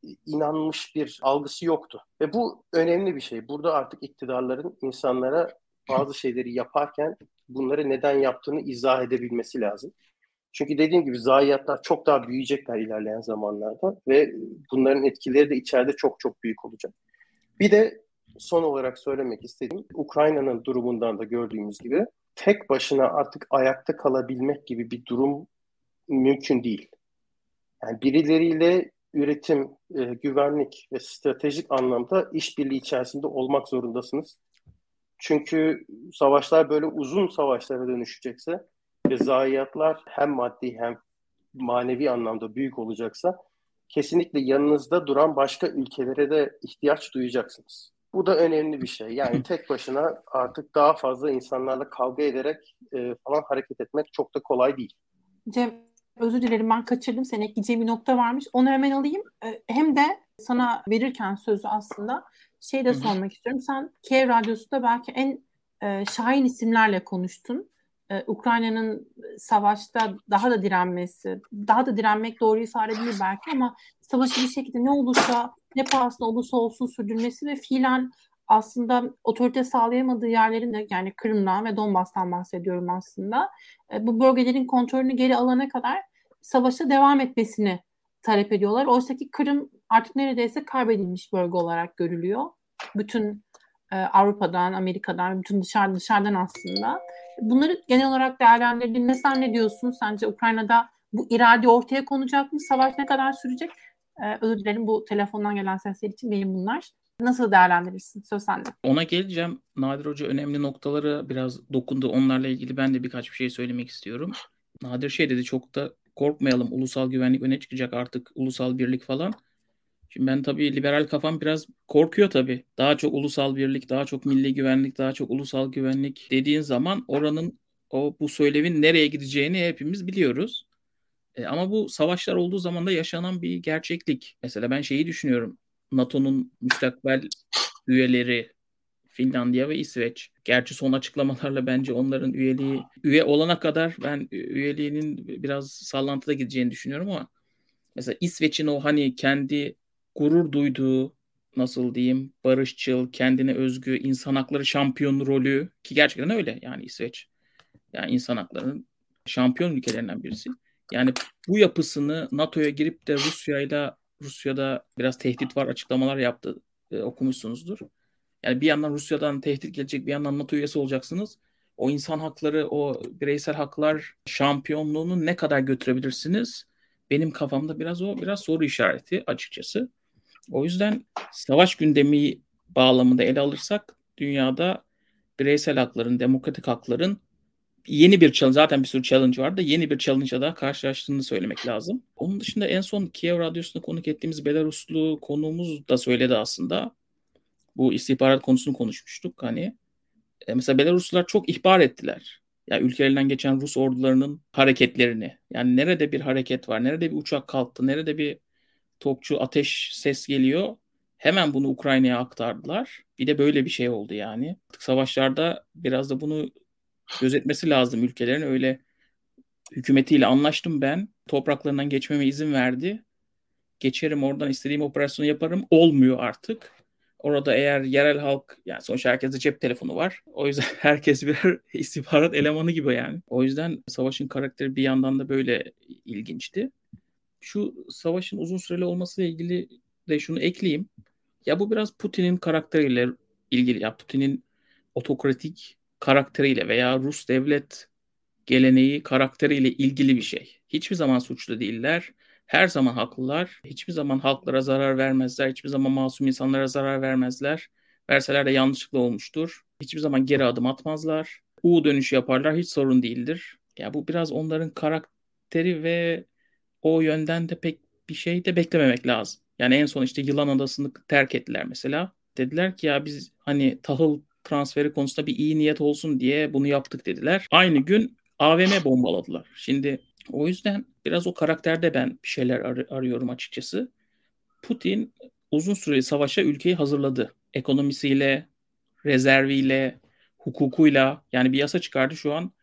inanmış bir algısı yoktu. Ve bu önemli bir şey. Burada artık iktidarların insanlara bazı şeyleri yaparken bunları neden yaptığını izah edebilmesi lazım. Çünkü dediğim gibi zayiatlar çok daha büyüyecekler ilerleyen zamanlarda ve bunların etkileri de içeride çok çok büyük olacak. Bir de son olarak söylemek istediğim, Ukrayna'nın durumundan da gördüğümüz gibi tek başına artık ayakta kalabilmek gibi bir durum mümkün değil. Yani birileriyle üretim, e, güvenlik ve stratejik anlamda işbirliği içerisinde olmak zorundasınız. Çünkü savaşlar böyle uzun savaşlara dönüşecekse ve zayiatlar hem maddi hem manevi anlamda büyük olacaksa kesinlikle yanınızda duran başka ülkelere de ihtiyaç duyacaksınız. Bu da önemli bir şey. Yani tek başına artık daha fazla insanlarla kavga ederek e, falan hareket etmek çok da kolay değil. Cem, özür dilerim, ben kaçırdım. Senin ekleyeceğin bir nokta varmış. Onu hemen alayım. Ee, Hem de sana verirken sözü aslında şey de sormak istiyorum. Sen Kiev Radyosu'nda belki en e, şahin isimlerle konuştun. Ee, Ukrayna'nın savaşta daha da direnmesi, daha da direnmek doğru ifade değil belki ama savaşı bir şekilde ne olursa, ne pahasına olursa olsun sürdürmesi ve fiilen aslında otorite sağlayamadığı yerlerin de, yani Kırım'dan ve Donbas'tan bahsediyorum aslında. E, bu bölgelerin kontrolünü geri alana kadar savaşa devam etmesini talep ediyorlar. Oysa ki Kırım artık neredeyse kaybedilmiş bölge olarak görülüyor. Bütün e, Avrupa'dan, Amerika'dan, bütün dışarı, dışarıdan aslında. Bunları genel olarak değerlendirdiğinde sen ne diyorsun? Sence Ukrayna'da bu irade ortaya konacak mı? Savaş ne kadar sürecek? E, özür dilerim, bu telefondan gelen sesler için benim bunlar. Nasıl değerlendirirsin? Söz sende. Ona geleceğim. Nadir Hoca önemli noktalara biraz dokundu. Onlarla ilgili ben de birkaç bir şey söylemek istiyorum. Nadir şey dedi, çok da korkmayalım. Ulusal güvenlik öne çıkacak artık. Ulusal birlik falan. Şimdi ben tabii liberal kafam biraz korkuyor tabii. Daha çok ulusal birlik, daha çok milli güvenlik, daha çok ulusal güvenlik dediğin zaman oranın o bu söylevin nereye gideceğini hepimiz biliyoruz. E, ama bu savaşlar olduğu zaman da yaşanan bir gerçeklik. Mesela ben şeyi düşünüyorum. NATO'nun müstakbel üyeleri Finlandiya ve İsveç. Gerçi son açıklamalarla bence onların üyeliği üye olana kadar ben üyeliğinin biraz sallantıda gideceğini düşünüyorum ama mesela İsveç'in o hani kendi gurur duyduğu, nasıl diyeyim, barışçıl, kendine özgü insan hakları şampiyonu rolü, ki gerçekten öyle yani İsveç. Yani insan haklarının şampiyon ülkelerinden birisi. Yani bu yapısını NATO'ya girip de Rusya'yla Rusya'da biraz tehdit var açıklamalar yaptı. E, okumuşsunuzdur. Yani bir yandan Rusya'dan tehdit gelecek, bir yandan NATO üyesi olacaksınız. O insan hakları, o bireysel haklar şampiyonluğunu ne kadar götürebilirsiniz? Benim kafamda biraz o biraz soru işareti açıkçası. O yüzden savaş gündemi bağlamında ele alırsak dünyada bireysel hakların, demokratik hakların yeni bir challenge, zaten bir sürü challenge var da yeni bir challenge'a da karşılaştığını söylemek lazım. Onun dışında en son Kiev Radyosu'nda konuk ettiğimiz Belaruslu konuğumuz da söyledi aslında. Bu istihbarat konusunu konuşmuştuk hani. E, mesela Belaruslular çok ihbar ettiler. Ya yani ülkelerinden geçen Rus ordularının hareketlerini. Yani nerede bir hareket var, nerede bir uçak kalktı, nerede bir topçu ateş ses geliyor. Hemen bunu Ukrayna'ya aktardılar. Bir de böyle bir şey oldu yani. Artık savaşlarda biraz da bunu gözetmesi lazım ülkelerin. Öyle hükümetiyle anlaştım ben. Topraklarından geçmeme izin verdi. Geçerim oradan, istediğim operasyonu yaparım. Olmuyor artık. Orada eğer yerel halk, yani sonuçta herkeste cep telefonu var. O yüzden herkes birer istihbarat elemanı gibi yani. O yüzden savaşın karakteri bir yandan da böyle ilginçti. Şu savaşın uzun süreli olmasıyla ilgili de şunu ekleyeyim. Ya bu biraz Putin'in karakteriyle ilgili. Ya Putin'in otokratik karakteriyle veya Rus devlet geleneği, karakteriyle ilgili bir şey. Hiçbir zaman suçlu değiller. Her zaman haklılar. Hiçbir zaman halklara zarar vermezler. Hiçbir zaman masum insanlara zarar vermezler. Verseler de yanlışlıkla olmuştur. Hiçbir zaman geri adım atmazlar. U dönüşü yaparlar. Hiç sorun değildir. Ya bu biraz onların karakteri ve o yönden de pek bir şey de beklememek lazım. Yani en son işte Yılan Adası'nı terk ettiler mesela. Dediler ki ya biz hani tahıl transferi konusunda bir iyi niyet olsun diye bunu yaptık dediler. Aynı gün A V M bombaladılar. Şimdi o yüzden biraz o karakterde ben bir şeyler ar- arıyorum açıkçası. Putin uzun süreli savaşa ülkeyi hazırladı. Ekonomisiyle, rezerviyle, hukukuyla, yani bir yasa çıkardı şu an.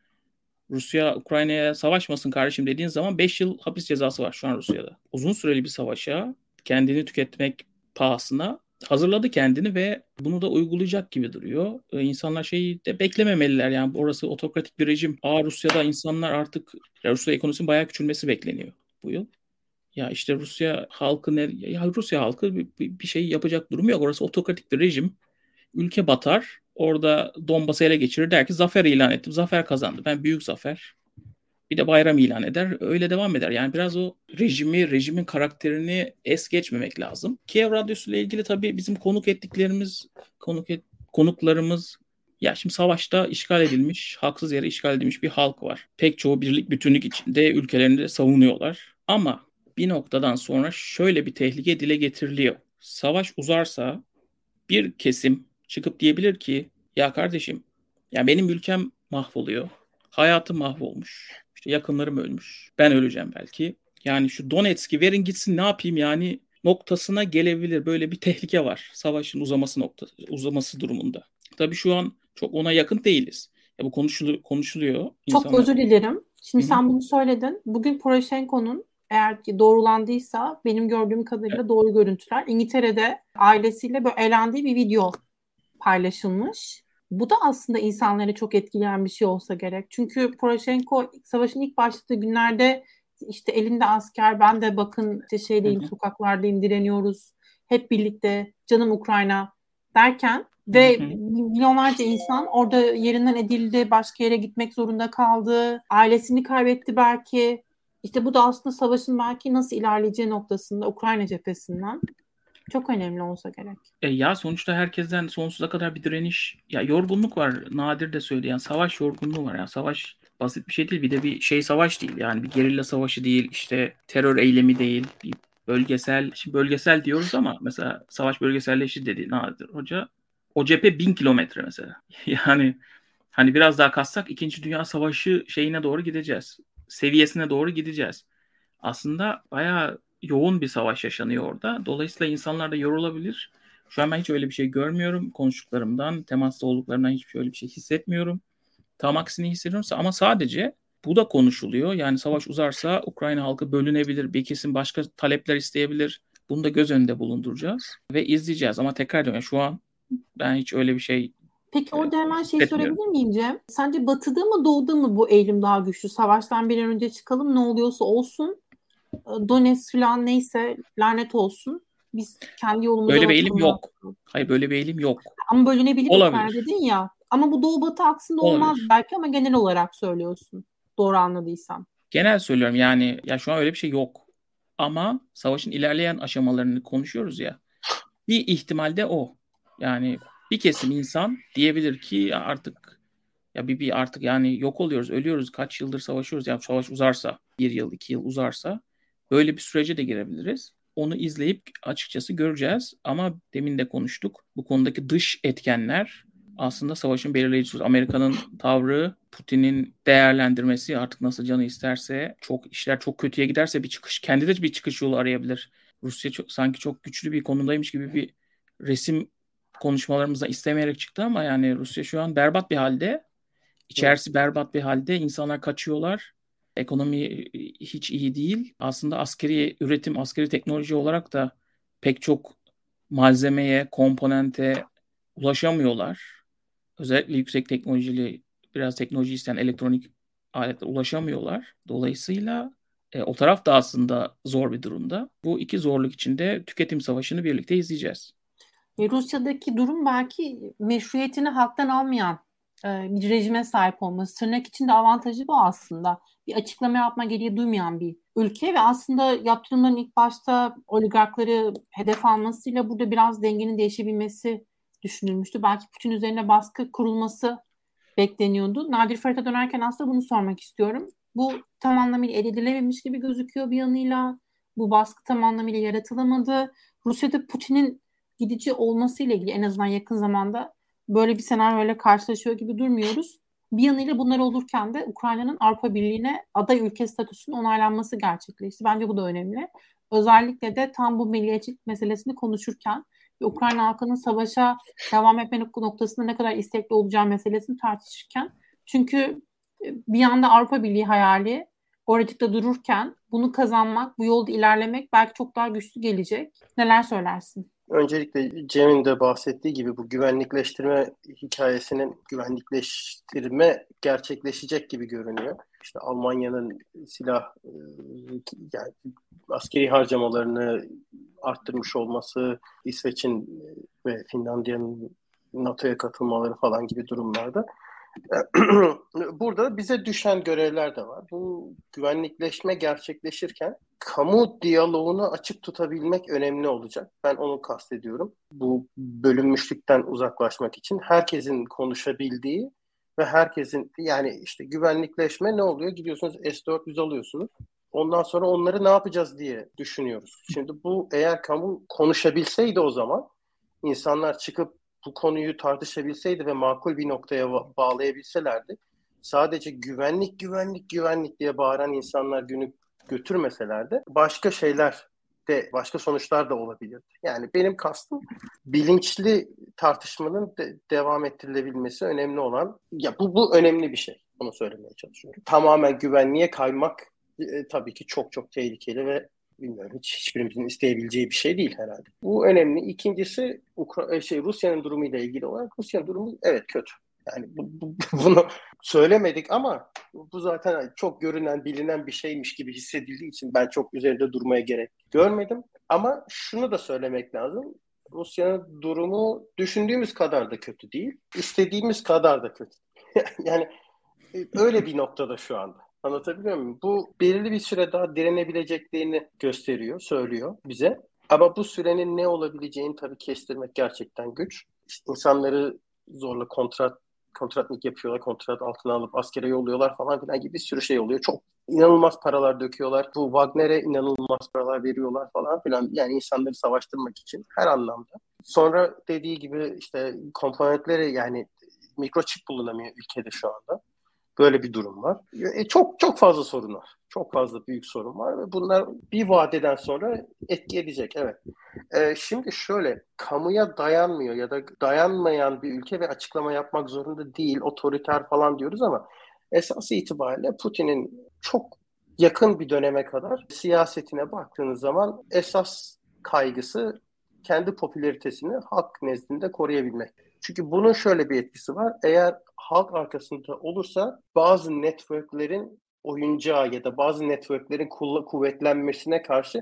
Rusya Ukrayna'ya savaşmasın kardeşim dediğin zaman beş yıl hapis cezası var şu an Rusya'da. Uzun süreli bir savaşa kendini tüketmek pahasına hazırladı kendini ve bunu da uygulayacak gibi duruyor. Ee, insanlar şeyi de beklememeliler. Yani orası otokratik bir rejim. Aa, Rusya'da insanlar artık ya Rusya ekonomisinin bayağı küçülmesi bekleniyor bu yıl. Ya işte Rusya halkı ne ya Rusya halkı bir, bir şey yapacak durumu yok. Orası otokratik bir rejim. Ülke batar. Orada Donbas'ı ele geçirir, der ki zafer ilan ettim. Zafer kazandı. Ben büyük zafer. Bir de bayram ilan eder. Öyle devam eder. Yani biraz o rejimi, rejimin karakterini es geçmemek lazım. Kiev Radyosu ile ilgili tabii bizim konuk ettiklerimiz, konuk et, konuklarımız ya şimdi savaşta işgal edilmiş, haksız yere işgal edilmiş bir halk var. Pek çoğu birlik bütünlük içinde ülkelerini savunuyorlar. Ama bir noktadan sonra şöyle bir tehlike dile getiriliyor. Savaş uzarsa bir kesim çıkıp diyebilir ki ya kardeşim ya benim ülkem mahvoluyor. Hayatım mahvolmuş. İşte yakınlarım ölmüş. Ben öleceğim belki. Yani şu Donetsk'i verin gitsin ne yapayım yani noktasına gelebilir. Böyle bir tehlike var. Savaşın uzaması noktası, uzaması durumunda. Tabii şu an çok ona yakın değiliz. Ya bu konuşuluyor, konuşuluyor. Çok İnsanlar... özür dilerim. Şimdi Hı-hı. sen bunu söyledin. Bugün Poroshenko'nun eğer ki doğrulandıysa benim gördüğüm kadarıyla evet. Doğru görüntüler. İngiltere'de ailesiyle böyle eğlendiği bir video paylaşılmış. Bu da aslında insanları çok etkileyen bir şey olsa gerek. Çünkü Poroshenko savaşın ilk başladığı günlerde işte elinde asker, ben de bakın işte şeydeyim, hı hı. sokaklardayım, direniyoruz. Hep birlikte canım Ukrayna derken ve hı hı. milyonlarca insan orada yerinden edildi, başka yere gitmek zorunda kaldı. Ailesini kaybetti belki. İşte bu da aslında savaşın belki nasıl ilerleyeceği noktasında Ukrayna cephesinden çok önemli olsa gerek. E ya sonuçta herkesten sonsuza kadar bir direniş, ya yorgunluk var. Nadir de söyleyen savaş yorgunluğu var. Yani savaş basit bir şey değil. Bir de bir şey savaş değil. Yani bir gerilla savaşı değil. İşte terör eylemi değil. Bir bölgesel, şimdi bölgesel diyoruz ama mesela savaş bölgeselleşti dedi Nadir Hoca. O cephe bin kilometre mesela. Yani hani biraz daha kassak İkinci Dünya Savaşı şeyine doğru gideceğiz. Seviyesine doğru gideceğiz. Aslında bayağı yoğun bir savaş yaşanıyor orada. Dolayısıyla insanlar da yorulabilir. Şu an ben hiç öyle bir şey görmüyorum. Konuştuklarımdan, temasta olduklarından hiç öyle bir şey hissetmiyorum. Tam aksini hissediyorum ama sadece bu da konuşuluyor. Yani savaş uzarsa Ukrayna halkı bölünebilir. Bir kesim başka talepler isteyebilir. Bunu da göz önünde bulunduracağız ve izleyeceğiz. Ama tekrar ediyorum şu an ben hiç öyle bir şey Peki orada hemen şey sorabilir miyim Cem? Sence batıda mı doğuda mı bu eğilim daha güçlü? Savaştan bir an önce çıkalım, ne oluyorsa olsun. Donetsk falan neyse lanet olsun. Biz kendi yolumuza böyle bir eğilim yok. Bakalım. Hayır böyle bir eğilim yok. Ama bölünebilir Ukrayna dedin ya. Ama bu doğu batı aksında olmaz olabilir. Belki ama genel olarak söylüyorsun. Doğru anladıysam. Genel söylüyorum yani ya şu an öyle bir şey yok. Ama savaşın ilerleyen aşamalarını konuşuyoruz ya. Bir ihtimal de o. Yani bir kesim insan diyebilir ki ya artık ya bir, bir artık yani yok oluyoruz, ölüyoruz. Kaç yıldır savaşıyoruz. Ya savaş uzarsa, bir yıl, iki yıl uzarsa böyle bir sürece de girebiliriz. Onu izleyip açıkçası göreceğiz. Ama demin de konuştuk. Bu konudaki dış etkenler aslında savaşın belirleyicisi. Amerika'nın tavrı, Putin'in değerlendirmesi artık nasıl canı isterse, çok işler çok kötüye giderse bir çıkış, kendi de bir çıkış yolu arayabilir. Rusya çok, sanki çok güçlü bir konumdaymış gibi bir resim konuşmalarımızda istemeyerek çıktı ama yani Rusya şu an berbat bir halde. İçerisi berbat bir halde. İnsanlar kaçıyorlar. Ekonomi hiç iyi değil. Aslında askeri üretim, askeri teknoloji olarak da pek çok malzemeye, komponente ulaşamıyorlar. Özellikle yüksek teknolojili, biraz teknoloji isteyen elektronik aletlere ulaşamıyorlar. Dolayısıyla e, o taraf da aslında zor bir durumda. Bu iki zorluk içinde tüketim savaşını birlikte izleyeceğiz. E, Rusya'daki durum belki meşruiyetini halktan almayan e, bir rejime sahip olması. Tırnak içinde avantajı bu aslında. Bir açıklama yapma gereği duymayan bir ülke ve aslında yaptırımların ilk başta oligarkları hedef almasıyla burada biraz dengenin değişebilmesi düşünülmüştü. Belki Putin üzerine baskı kurulması bekleniyordu. Nadir Fırat'a dönerken aslında bunu sormak istiyorum. Bu tam anlamıyla elde edilememiş gibi gözüküyor bir yanıyla. Bu baskı tam anlamıyla yaratılamadı. Rusya'da Putin'in gidici olmasıyla ilgili en azından yakın zamanda böyle bir senaryoyla karşılaşıyor gibi durmuyoruz. Bir yanıyla bunlar olurken de Ukrayna'nın Avrupa Birliği'ne aday ülke statüsünün onaylanması gerçekleşti. Bence bu da önemli. Özellikle de tam bu milliyetçilik meselesini konuşurken ve Ukrayna halkının savaşa devam etme noktasında ne kadar istekli olacağı meselesini tartışırken. Çünkü bir yanda Avrupa Birliği hayali, oracıkta dururken bunu kazanmak, bu yolda ilerlemek belki çok daha güçlü gelecek. Neler söylersin? Öncelikle Cem'in de bahsettiği gibi bu güvenlikleştirme hikayesinin güvenlikleştirme gerçekleşecek gibi görünüyor. İşte Almanya'nın silah e, yani askeri harcamalarını arttırmış olması, İsveç'in ve Finlandiya'nın NATO'ya katılmaları falan gibi durumlarda. Burada bize düşen görevler de var. Bu güvenlikleşme gerçekleşirken kamu diyaloğunu açık tutabilmek önemli olacak. Ben onu kastediyorum. Bu bölünmüşlükten uzaklaşmak için herkesin konuşabildiği ve herkesin yani işte güvenlikleşme ne oluyor? Gidiyorsunuz S dört yüz alıyorsunuz. Ondan sonra onları ne yapacağız diye düşünüyoruz. Şimdi bu eğer kamu konuşabilseydi o zaman insanlar çıkıp bu konuyu tartışabilseydi ve makul bir noktaya bağlayabilselerdi, sadece güvenlik, güvenlik, güvenlik diye bağıran insanlar günü götürmeselerdi, başka şeyler de, başka sonuçlar da olabilirdi. Yani benim kastım bilinçli tartışmanın de, devam ettirilebilmesi önemli olan, ya bu, bu önemli bir şey. Onu söylemeye çalışıyorum. Tamamen güvenliğe kaymak e, tabii ki çok çok tehlikeli ve bilmiyorum hiç hiçbirimizin isteyebileceği bir şey değil herhalde. Bu önemli. İkincisi Ukra- şey Rusya'nın durumuyla ilgili olarak Rusya'nın durumu evet kötü. Yani bu, bu, bunu söylemedik ama bu zaten çok görünen, bilinen bir şeymiş gibi hissedildiği için ben çok üzerinde durmaya gerek görmedim. Ama şunu da söylemek lazım. Rusya'nın durumu düşündüğümüz kadar da kötü değil. İstediğimiz kadar da kötü. Yani öyle bir noktada şu anda. Anlatabiliyor muyum? Bu belirli bir süre daha direnebileceklerini gösteriyor, söylüyor bize. Ama bu sürenin ne olabileceğini tabii kestirmek gerçekten güç. İşte insanları zorla kontrat kontratlık yapıyorlar, kontrat altına alıp askere yolluyorlar falan filan gibi bir sürü şey oluyor. Çok inanılmaz paralar döküyorlar. Bu Wagner'e inanılmaz paralar veriyorlar falan filan. Yani insanları savaştırmak için her anlamda. Sonra dediği gibi işte komponentleri yani mikroçip bulunamıyor ülkede şu anda. Böyle bir durum var. E, çok çok fazla sorun var. Çok fazla büyük sorun var ve bunlar bir vadeden sonra etki edecek. Evet. E, şimdi şöyle, kamuya dayanmıyor ya da dayanmayan bir ülke ve açıklama yapmak zorunda değil, otoriter falan diyoruz ama esas itibariyle Putin'in çok yakın bir döneme kadar siyasetine baktığınız zaman esas kaygısı kendi popülaritesini halk nezdinde koruyabilmek. Çünkü bunun şöyle bir etkisi var. Eğer halk arkasında olursa bazı networklerin oyuncağı ya da bazı networklerin kuvvetlenmesine karşı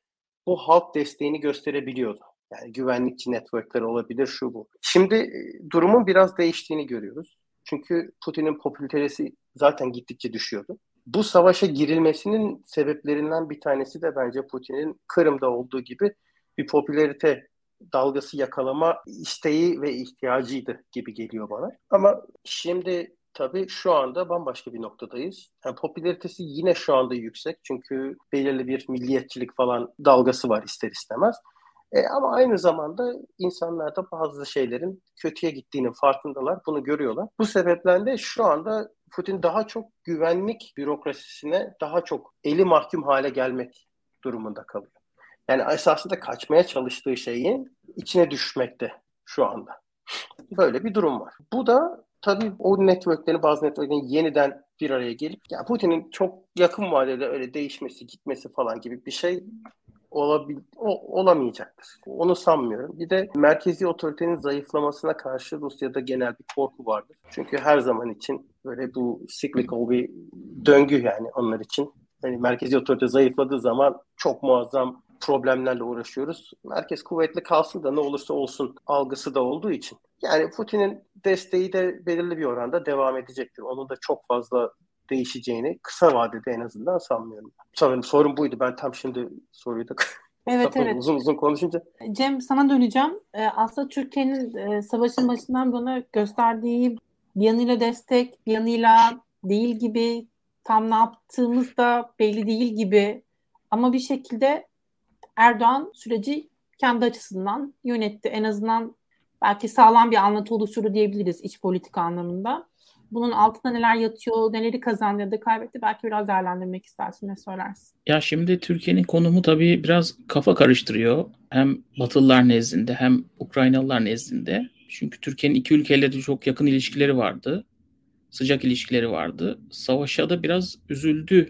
bu halk desteğini gösterebiliyordu. Yani güvenlikçi networkler olabilir, şu bu. Şimdi durumun biraz değiştiğini görüyoruz. Çünkü Putin'in popülaritesi zaten gittikçe düşüyordu. Bu savaşa girilmesinin sebeplerinden bir tanesi de bence Putin'in Kırım'da olduğu gibi bir popülarite dalgası yakalama isteği ve ihtiyacıydı gibi geliyor bana. Ama şimdi tabii şu anda bambaşka bir noktadayız. Yani popülaritesi yine şu anda yüksek çünkü belirli bir milliyetçilik falan dalgası var ister istemez. E, ama aynı zamanda insanlar da bazı şeylerin kötüye gittiğinin farkındalar, bunu görüyorlar. Bu sebepten de şu anda Putin daha çok güvenlik bürokrasisine daha çok eli mahkum hale gelmek durumunda kalıyor. Yani esasında kaçmaya çalıştığı şeyin içine düşmekte şu anda. Böyle bir durum var. Bu da tabii o networklerin, bazı networklerin yeniden bir araya gelip ya Putin'in çok yakın vadede öyle değişmesi, gitmesi falan gibi bir şey olabil, o, olamayacaktır. Onu sanmıyorum. Bir de merkezi otoritenin zayıflamasına karşı Rusya'da genel bir korku vardır. Çünkü her zaman için böyle bu cyclical bir döngü yani onlar için. Yani merkezi otorite zayıfladığı zaman çok muazzam problemlerle uğraşıyoruz. Merkez kuvvetli kalsın da ne olursa olsun algısı da olduğu için. Yani Putin'in desteği de belirli bir oranda devam edecektir. Onun da çok fazla değişeceğini kısa vadede en azından sanmıyorum. Sanırım sorun buydu. Ben tam şimdi soruyu da Evet evet. uzun uzun konuşunca. Cem sana döneceğim. Ee, aslında Türkiye'nin e, savaşın başından bu yana gösterdiği bir yanıyla destek, bir yanıyla değil gibi, tam ne yaptığımız da belli değil gibi. Ama bir şekilde Erdoğan süreci kendi açısından yönetti. En azından belki sağlam bir anlatı oluşturdu diyebiliriz iç politika anlamında. Bunun altında neler yatıyor, neleri kazandı ya da kaybetti belki biraz değerlendirmek istersin, ne söylersin? Ya şimdi Türkiye'nin konumu tabii biraz kafa karıştırıyor. Hem Batılılar nezdinde hem Ukraynalılar nezdinde. Çünkü Türkiye'nin iki ülkeyle de çok yakın ilişkileri vardı. Sıcak ilişkileri vardı. Savaşa da biraz üzüldü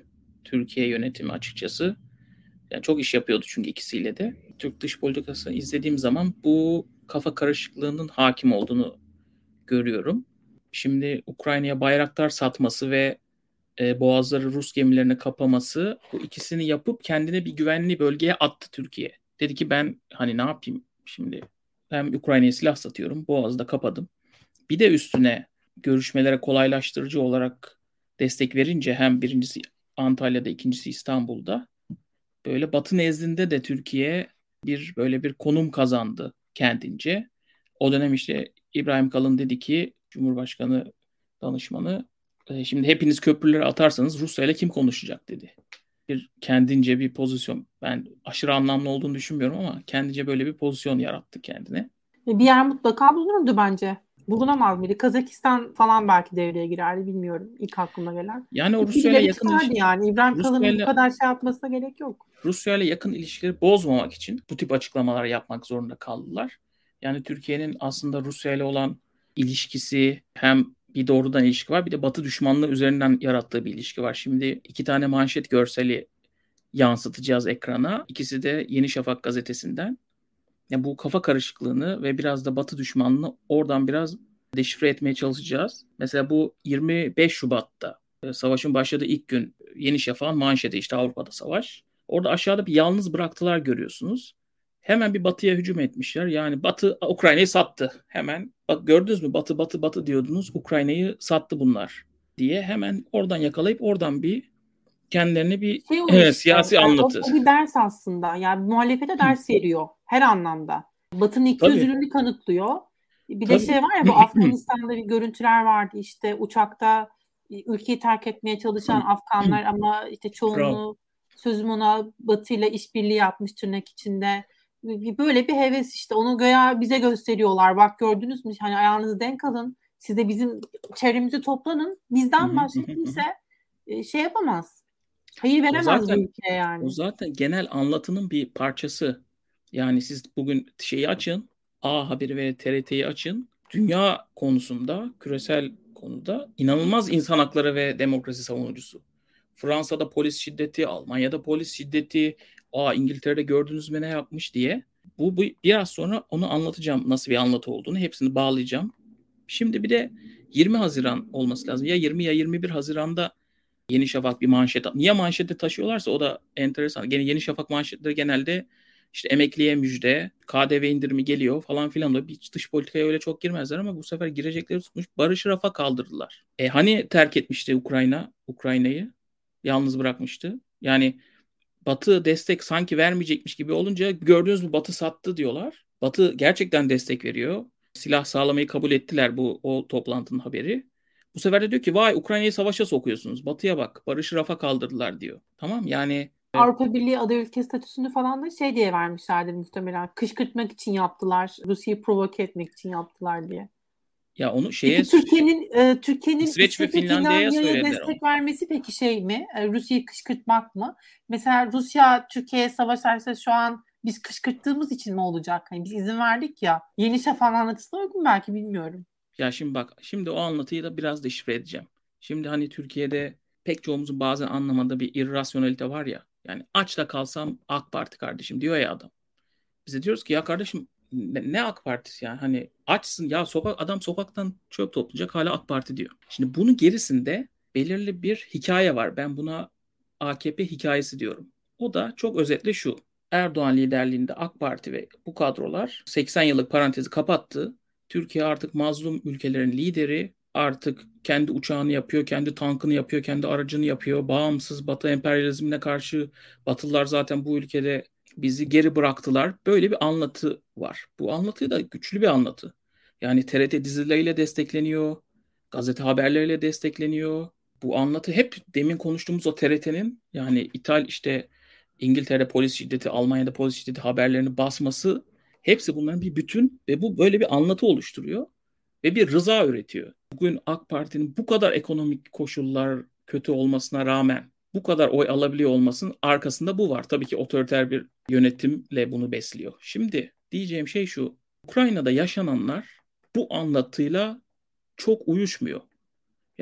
Türkiye yönetimi açıkçası. Yani çok iş yapıyordu çünkü ikisiyle de. Türk dış politikasını izlediğim zaman bu kafa karışıklığının hakim olduğunu görüyorum. Şimdi Ukrayna'ya Bayraktar satması ve e, boğazları Rus gemilerine kapaması, bu ikisini yapıp kendine bir güvenli bölgeye attı Türkiye. Dedi ki ben hani ne yapayım şimdi, hem Ukrayna'ya silah satıyorum, boğazı da kapadım. Bir de üstüne görüşmelere kolaylaştırıcı olarak destek verince, hem birincisi Antalya'da, ikincisi İstanbul'da, böyle Batı nezdinde de Türkiye bir böyle bir konum kazandı kendince. O dönem işte İbrahim Kalın dedi ki, Cumhurbaşkanı danışmanı, "E, şimdi hepiniz köprüleri atarsanız Rusya ile kim konuşacak?" dedi. Bir kendince bir pozisyon. Ben aşırı anlamlı olduğunu düşünmüyorum ama kendince böyle bir pozisyon yarattı kendine. E, Bir yer mutlaka bulunurdu bence. Bulunamaz mıydı? Kazakistan falan belki devreye girerdi, bilmiyorum. İlk aklıma gelen. Yani o Bir Rusya ile birileri yakın çıkardı ilişki, yani. İbrahim Rusya Kalın'ın bu ile kadar şey yapmasına gerek yok. Rusya ile yakın ilişkileri bozmamak için bu tip açıklamalar yapmak zorunda kaldılar. Yani Türkiye'nin aslında Rusya ile olan ilişkisi, hem bir doğrudan ilişki var, bir de Batı düşmanlığı üzerinden yarattığı bir ilişki var. Şimdi iki tane manşet görseli yansıtacağız ekrana. İkisi de Yeni Şafak gazetesinden. Ya bu kafa karışıklığını ve biraz da Batı düşmanlığını oradan biraz deşifre etmeye çalışacağız. Mesela bu yirmi beş Şubat'ta e, savaşın başladığı ilk gün Yeni Şafak'ın manşeti işte Avrupa'da savaş. Orada aşağıda bir yalnız bıraktılar görüyorsunuz. Hemen bir Batı'ya hücum etmişler. Yani Batı Ukrayna'yı sattı. Hemen bak, gördünüz mü, Batı Batı Batı diyordunuz. Ukrayna'yı sattı bunlar diye hemen oradan yakalayıp oradan bir kendilerine bir Şey o evet, işte. siyasi Yani o, anlatı. o bir ders aslında. Yani muhalefete ders veriyor. Her anlamda. Batı'nın Tabii. ikiyüzlülüğünü kanıtlıyor. Bir de Tabii. şey var ya, bu Afganistan'da bir görüntüler vardı. İşte uçakta e, ülkeyi terk etmeye çalışan Afganlar ama işte çoğunluğu sözüm ona Batı'yla işbirliği yapmış tırnak içinde. Bir- Böyle bir heves işte. Onu göya bize gösteriyorlar. Bak gördünüz mü? Hani ayağınızı denk alın. Siz de bizim çevremizi toplanın. Bizden başka kimse e, şey yapamaz. Hayır O veremez bu zaten ülkeye yani. o zaten genel anlatının bir parçası. Yani siz bugün şeyi açın, A Haberi ve T R T'yi açın. Dünya konusunda, küresel konuda inanılmaz insan hakları ve demokrasi savunucusu. Fransa'da polis şiddeti, Almanya'da polis şiddeti, aa İngiltere'de gördünüz mü ne yapmış diye. Bu, bu biraz sonra onu anlatacağım, nasıl bir anlatı olduğunu, hepsini bağlayacağım. Şimdi bir de yirmi Haziran olması lazım. Ya yirmi ya yirmi bir Haziran'da Yeni Şafak bir manşet. Niye manşette taşıyorlarsa o da enteresan. Gene Yeni Şafak manşetleri genelde işte emekliye müjde, K D V indirimi geliyor falan filan da, bir dış politikaya öyle çok girmezler ama bu sefer girecekleri tutmuş. Barış rafa kaldırdılar. E hani terk etmişti Ukrayna, Ukrayna'yı yalnız bırakmıştı. Yani Batı destek sanki vermeyecekmiş gibi olunca, gördünüz mü Batı sattı diyorlar. Batı gerçekten destek veriyor. Silah sağlamayı kabul ettiler, bu o toplantının haberi. Bu sefer de diyor ki vay Ukrayna'yı savaşa sokuyorsunuz. Batı'ya bak, barışı rafa kaldırdılar diyor. Tamam yani e, Avrupa Birliği aday ülke statüsünü falan da şey diye vermişlerdir muhtemelen. Kışkırtmak için yaptılar. Rusya'yı provoke etmek için yaptılar diye. ya onu şeye Peki Türkiye'nin e, Türkiye'nin İsveç ve İsveç ve Finlandiya'ya Finlandiya'ya söylediler onu. destek vermesi peki şey mi? E, Rusya'yı kışkırtmak mı? Mesela Rusya Türkiye'ye savaş açsa şu an biz kışkırttığımız için mi olacak? Hani biz izin verdik ya. Yeni Şafak'ın anlatısına uygun belki, bilmiyorum. Ya şimdi bak, şimdi o anlatıyı da biraz deşifre edeceğim. Şimdi hani Türkiye'de pek çoğumuzun bazen anlamadığı bir irrasyonelite var ya. Yani aç da kalsam AK Parti kardeşim diyor ya adam. Biz de diyoruz ki ya kardeşim, ne, ne AK Partisi yani, hani açsın ya, sokak adam sokaktan çöp toplayacak, hala AK Parti diyor. Şimdi bunun gerisinde belirli bir hikaye var. Ben buna A K P hikayesi diyorum. O da çok özetle şu: Erdoğan liderliğinde AK Parti ve bu kadrolar seksen yıllık parantezi kapattı. Türkiye artık mazlum ülkelerin lideri. Artık kendi uçağını yapıyor, kendi tankını yapıyor, kendi aracını yapıyor. Bağımsız Batı emperyalizmine karşı, Batılılar zaten bu ülkede bizi geri bıraktılar. Böyle bir anlatı var. Bu anlatı da güçlü bir anlatı. Yani T R T dizileriyle destekleniyor, gazete haberleriyle destekleniyor. Bu anlatı hep demin konuştuğumuz o T R T'nin, yani ithal işte İngiltere polis şiddeti, Almanya'da polis şiddeti haberlerini basması, hepsi bunların bir bütün ve bu böyle bir anlatı oluşturuyor ve bir rıza üretiyor. Bugün AK Parti'nin bu kadar ekonomik koşullar kötü olmasına rağmen bu kadar oy alabiliyor olmasının arkasında bu var. Tabii ki otoriter bir yönetimle bunu besliyor. Şimdi diyeceğim şey şu: Ukrayna'da yaşananlar bu anlatıyla çok uyuşmuyor.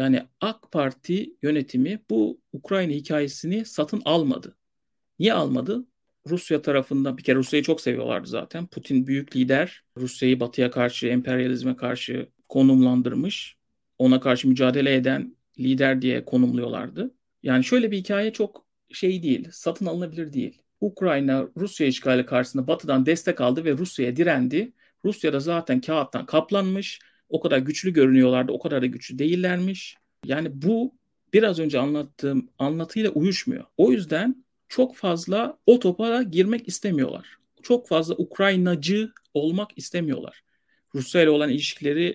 Yani AK Parti yönetimi bu Ukrayna hikayesini satın almadı. Niye almadı? Rusya tarafından, bir kere Rusya'yı çok seviyorlardı zaten. Putin büyük lider. Rusya'yı batıya karşı, emperyalizme karşı konumlandırmış. Ona karşı mücadele eden lider diye konumluyorlardı. Yani şöyle bir hikaye çok şey değil, satın alınabilir değil. Ukrayna Rusya işgali karşısında batıdan destek aldı ve Rusya'ya direndi. Rusya'da zaten kağıttan kaplanmış. O kadar güçlü görünüyorlardı, o kadar da güçlü değillermiş. Yani bu biraz önce anlattığım anlatıyla uyuşmuyor. O yüzden çok fazla o topa girmek istemiyorlar. Çok fazla Ukraynacı olmak istemiyorlar. Rusya ile olan ilişkileri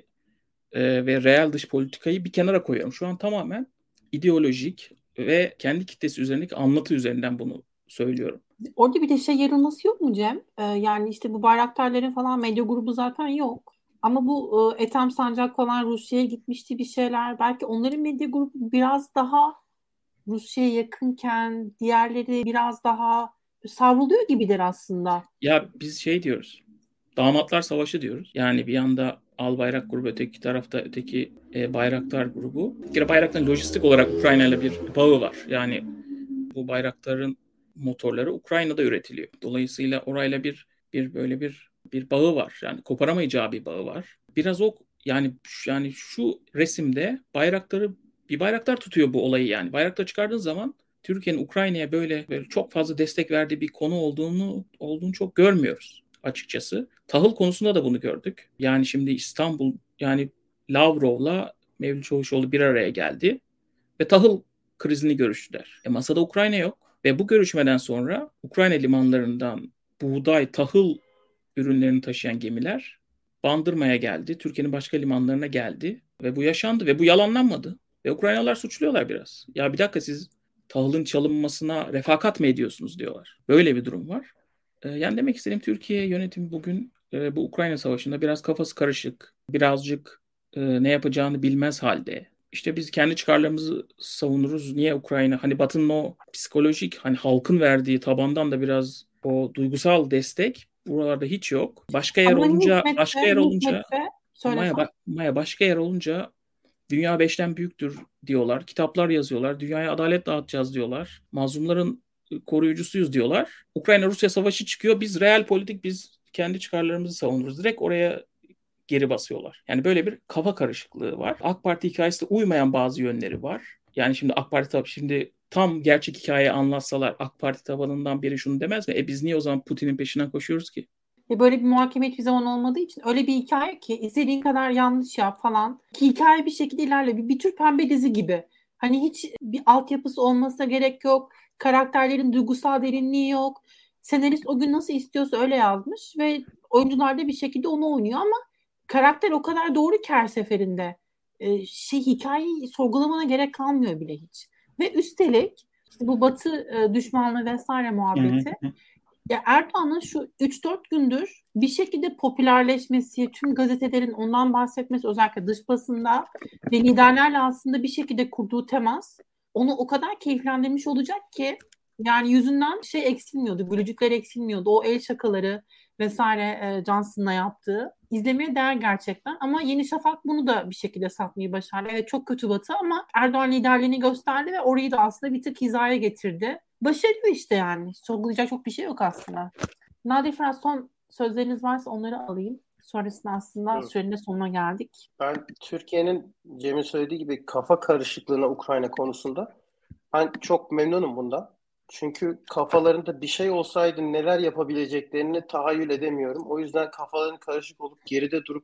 e, ve reel dış politikayı bir kenara koyuyorum. Şu an tamamen ideolojik ve kendi kitlesi üzerindeki anlatı üzerinden bunu söylüyorum. Orada bir de şey yarılması yok mu Cem? Ee, yani işte bu Bayraktarların falan medya grubu zaten yok. Ama bu e, Ethem Sancak falan Rusya'ya gitmişti bir şeyler. Belki onların medya grubu biraz daha Rusya'ya yakınken diğerleri biraz daha savruluyor gibidir aslında. Ya biz şey diyoruz. Damatlar Savaşı diyoruz. Yani bir yanda Albayrak grubu, öteki tarafta öteki e, Bayraktar grubu. Bir kere Bayraktar'ın lojistik olarak Ukrayna ile bir bağı var. Yani bu Bayraktar'ın motorları Ukrayna'da üretiliyor. Dolayısıyla orayla bir bir böyle bir bir bağı var. Yani koparamayacağı bir bağı var. Biraz o yani yani şu resimde Bayraktar'ı bir Bayraktar tutuyor bu olayı yani. Bayraktar çıkardığın zaman Türkiye'nin Ukrayna'ya böyle, böyle çok fazla destek verdiği bir konu olduğunu olduğunu çok görmüyoruz açıkçası. Tahıl konusunda da bunu gördük. Yani şimdi İstanbul yani Lavrov'la Mevlüt Çavuşoğlu bir araya geldi ve tahıl krizini görüştüler. E masada Ukrayna yok ve bu görüşmeden sonra Ukrayna limanlarından buğday, tahıl ürünlerini taşıyan gemiler Bandırma'ya geldi. Türkiye'nin başka limanlarına geldi ve bu yaşandı ve bu yalanlanmadı. Ve Ukraynalılar suçluyorlar biraz. Ya bir dakika siz tahılın çalınmasına refakat mı ediyorsunuz diyorlar. Böyle bir durum var. E, yani demek istediğim Türkiye yönetimi bugün e, bu Ukrayna Savaşı'nda biraz kafası karışık, birazcık e, ne yapacağını bilmez halde. İşte biz kendi çıkarlarımızı savunuruz. Niye Ukrayna? Hani Batı'nın o psikolojik, hani halkın verdiği tabandan da biraz o duygusal destek buralarda hiç yok. Başka yer Ama ne olunca, hikmetse, başka yer ne olunca hikmetse Maya, söylesem. ba- Maya başka yer olunca dünya beşten büyüktür diyorlar. Kitaplar yazıyorlar. Dünyaya adalet dağıtacağız diyorlar. Mazlumların koruyucusuyuz diyorlar. Ukrayna-Rusya savaşı çıkıyor. Biz real politik, biz kendi çıkarlarımızı savunuruz. Direkt oraya geri basıyorlar. Yani böyle bir kafa karışıklığı var. AK Parti hikayesine uymayan bazı yönleri var. Yani şimdi AK Parti tabii şimdi tam gerçek hikayeyi anlatsalar AK Parti tabanından biri şunu demez mi? E biz niye o zaman Putin'in peşinden koşuyoruz ki? Ve böyle bir muhakeme hiçbir zaman olmadığı için öyle bir hikaye ki istediğin kadar yanlış yap falan. Ki hikaye bir şekilde ilerle. Bir, bir tür pembe dizi gibi. Hani hiç bir altyapısı olmasına gerek yok. Karakterlerin duygusal derinliği yok. Senarist o gün nasıl istiyorsa öyle yazmış ve oyuncular da bir şekilde onu oynuyor ama karakter o kadar doğru ki her seferinde. Ee, şey hikayeyi sorgulamana gerek kalmıyor bile hiç. Ve üstelik işte bu Batı e, düşmanlığı vesaire Hı hı. muhabbeti ya Erdoğan'ın şu üç dört gündür bir şekilde popülerleşmesi, tüm gazetelerin ondan bahsetmesi özellikle dış basında ve liderlerle aslında bir şekilde kurduğu temas onu o kadar keyiflendirmiş olacak ki yani yüzünden şey eksilmiyordu, gülücükler eksilmiyordu. O el şakaları vesaire e, Johnson'la yaptığı izlemeye değer gerçekten. Ama Yeni Şafak bunu da bir şekilde satmayı başardı. Evet çok kötü Batı ama Erdoğan liderliğini gösterdi ve orayı da aslında bir tık hizaya getirdi. Başarıyor işte yani. Sorgulayacak çok bir şey yok aslında. Nadir Fırat son sözleriniz varsa onları alayım. Sonrasında aslında Hı. sürenin de sonuna geldik. Ben Türkiye'nin Cem'in söylediği gibi kafa karışıklığına Ukrayna konusunda ben çok memnunum bundan. Çünkü kafalarında bir şey olsaydı neler yapabileceklerini tahayyül edemiyorum. O yüzden kafaların karışık olup geride durup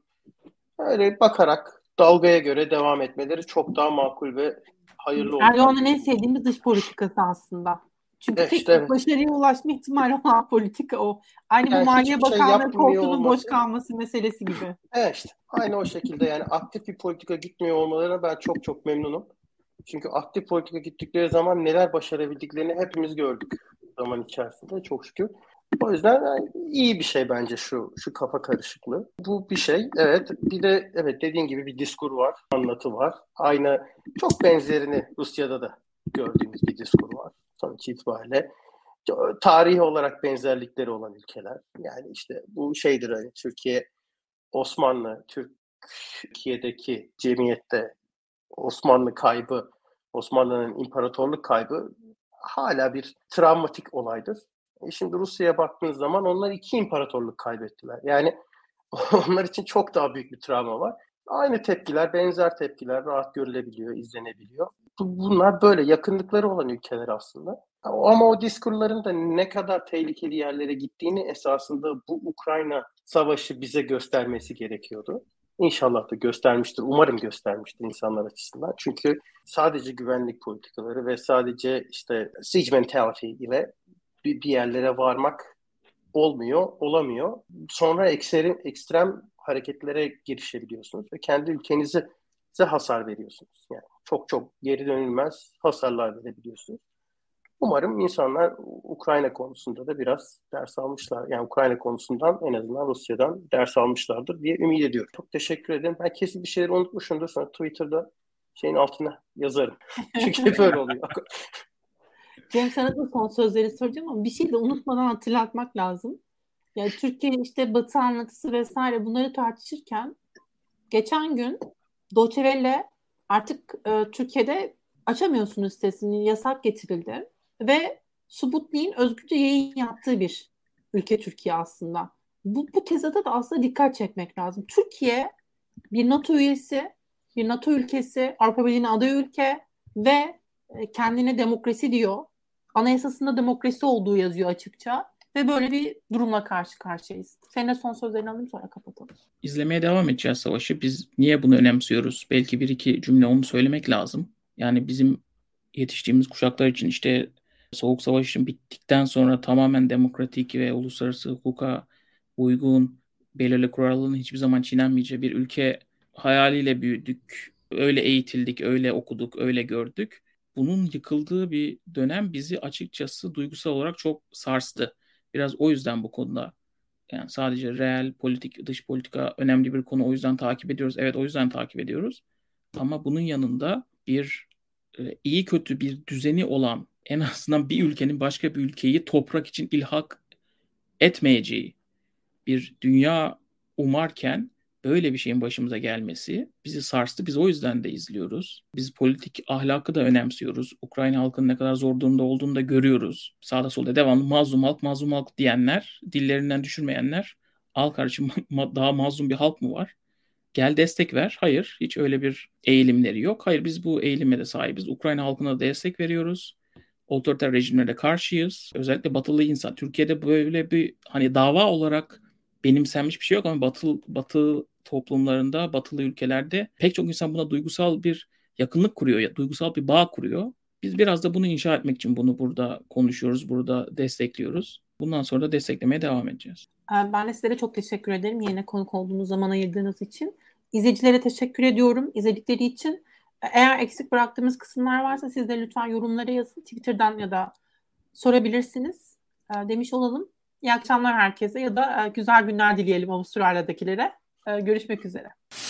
öyle bakarak dalgaya göre devam etmeleri çok daha makul ve hayırlı olacağını Erdoğan'ın en düşünüyorum. sevdiğimiz dış politikası aslında. Çünkü E tek işte tek evet. başarıya ulaşma ihtimali olan politika o. Aynı bu Yani Maliye hiçbir şey Bakanlığı yapmıyor koltuğunun boş olması. kalması meselesi gibi. Evet işte aynı o şekilde yani aktif bir politika gitmiyor olmalarına ben çok çok memnunum. Çünkü aktif politika gittikleri zaman neler başarabildiklerini hepimiz gördük zaman içerisinde çok şükür. O yüzden yani iyi bir şey bence şu şu kafa karışıklığı. Bu bir şey. Evet. Bir de evet dediğin gibi bir diskur var, anlatı var. Aynı çok benzerini Rusya'da da gördüğümüz bir diskur var. Sonuç itibariyle tarihi olarak benzerlikleri olan ülkeler. Yani işte bu şeydir hani Türkiye Osmanlı, Türkiye'deki cemiyette Osmanlı kaybı, Osmanlı'nın imparatorluk kaybı hala bir travmatik olaydır. E şimdi Rusya'ya baktığınız zaman onlar iki imparatorluk kaybettiler. Yani onlar için çok daha büyük bir travma var. Aynı tepkiler, benzer tepkiler rahat görülebiliyor, izlenebiliyor. Bunlar böyle yakınlıkları olan ülkeler aslında. Ama o diskurların da ne kadar tehlikeli yerlere gittiğini esasında bu Ukrayna savaşı bize göstermesi gerekiyordu. İnşallah da göstermiştir, umarım göstermiştir insanlar açısından. Çünkü sadece güvenlik politikaları ve sadece işte siege mentality ile bir yerlere varmak olmuyor, olamıyor. Sonra ekstrem, ekstrem hareketlere girişebiliyorsunuz ve kendi ülkenize hasar veriyorsunuz. Yani çok çok geri dönülmez hasarlar verebiliyorsunuz. Umarım insanlar Ukrayna konusunda da biraz ders almışlar. Yani Ukrayna konusundan en azından Rusya'dan ders almışlardır diye ümit ediyorum. Çok teşekkür ederim. Ben kesin bir şeyleri unutmuşumdur. Sonra Twitter'da şeyin altına yazarım. Çünkü böyle oluyor. Cem, sana da son sözleri soracağım ama bir şey de unutmadan hatırlatmak lazım. Yani Türkiye işte Batı anlatısı vesaire bunları tartışırken geçen gün Deutsche Welle artık e, Türkiye'de açamıyorsunuz sitesini, yasak getirildi ve Sputnik'in özgürce yayın yaptığı bir ülke Türkiye aslında. Bu, bu tezata da aslında dikkat çekmek lazım. Türkiye bir NATO üyesi, bir NATO ülkesi, Avrupa Birliği'ne aday ülke ve e, kendine demokrasi diyor. Anayasasında demokrasi olduğu yazıyor açıkça. Ve böyle bir durumla karşı karşıyayız. Senin de son sözlerini alayım, sonra kapatalım. İzlemeye devam edeceğiz savaşı. Biz niye bunu önemsiyoruz? Belki bir iki cümle onu söylemek lazım. Yani bizim yetiştiğimiz kuşaklar için işte Soğuk Savaş'ın bittikten sonra tamamen demokratik ve uluslararası hukuka uygun, belirli kuralların hiçbir zaman çiğnenmeyeceği bir ülke hayaliyle büyüdük. Öyle eğitildik, öyle okuduk, öyle gördük. Bunun yıkıldığı bir dönem bizi açıkçası duygusal olarak çok sarstı. Biraz o yüzden bu konuda, yani sadece reel politik, dış politika önemli bir konu, o yüzden takip ediyoruz. Evet, o yüzden takip ediyoruz. Ama bunun yanında bir e, iyi kötü bir düzeni olan, en azından bir ülkenin başka bir ülkeyi toprak için ilhak etmeyeceği bir dünya umarken böyle bir şeyin başımıza gelmesi bizi sarstı. Biz o yüzden de izliyoruz. Biz politik ahlakı da önemsiyoruz. Ukrayna halkının ne kadar zor durumda olduğunu da görüyoruz. Sağda solda devamlı mazlum halk, mazlum halk diyenler, dillerinden düşürmeyenler, al kardeşim daha mazlum bir halk mı var? Gel destek ver. Hayır, hiç öyle bir eğilimleri yok. Hayır, biz bu eğilime de sahibiz. Ukrayna halkına da destek veriyoruz. Otoriter rejimlere karşıyız. Özellikle batılı insan. Türkiye'de böyle bir hani dava olarak benimsenmiş bir şey yok ama batı, batı toplumlarında, batılı ülkelerde pek çok insan buna duygusal bir yakınlık kuruyor, duygusal bir bağ kuruyor. Biz biraz da bunu inşa etmek için bunu burada konuşuyoruz, burada destekliyoruz. Bundan sonra da desteklemeye devam edeceğiz. Ben de sizlere çok teşekkür ederim yine konuk olduğunuz zaman ayırdığınız için. İzleyicilere teşekkür ediyorum izledikleri için. Eğer eksik bıraktığımız kısımlar varsa siz de lütfen yorumlara yazın. Twitter'dan ya da sorabilirsiniz. Demiş olalım. İyi akşamlar herkese ya da güzel günler dileyelim Avustralya'dakilere. Görüşmek üzere.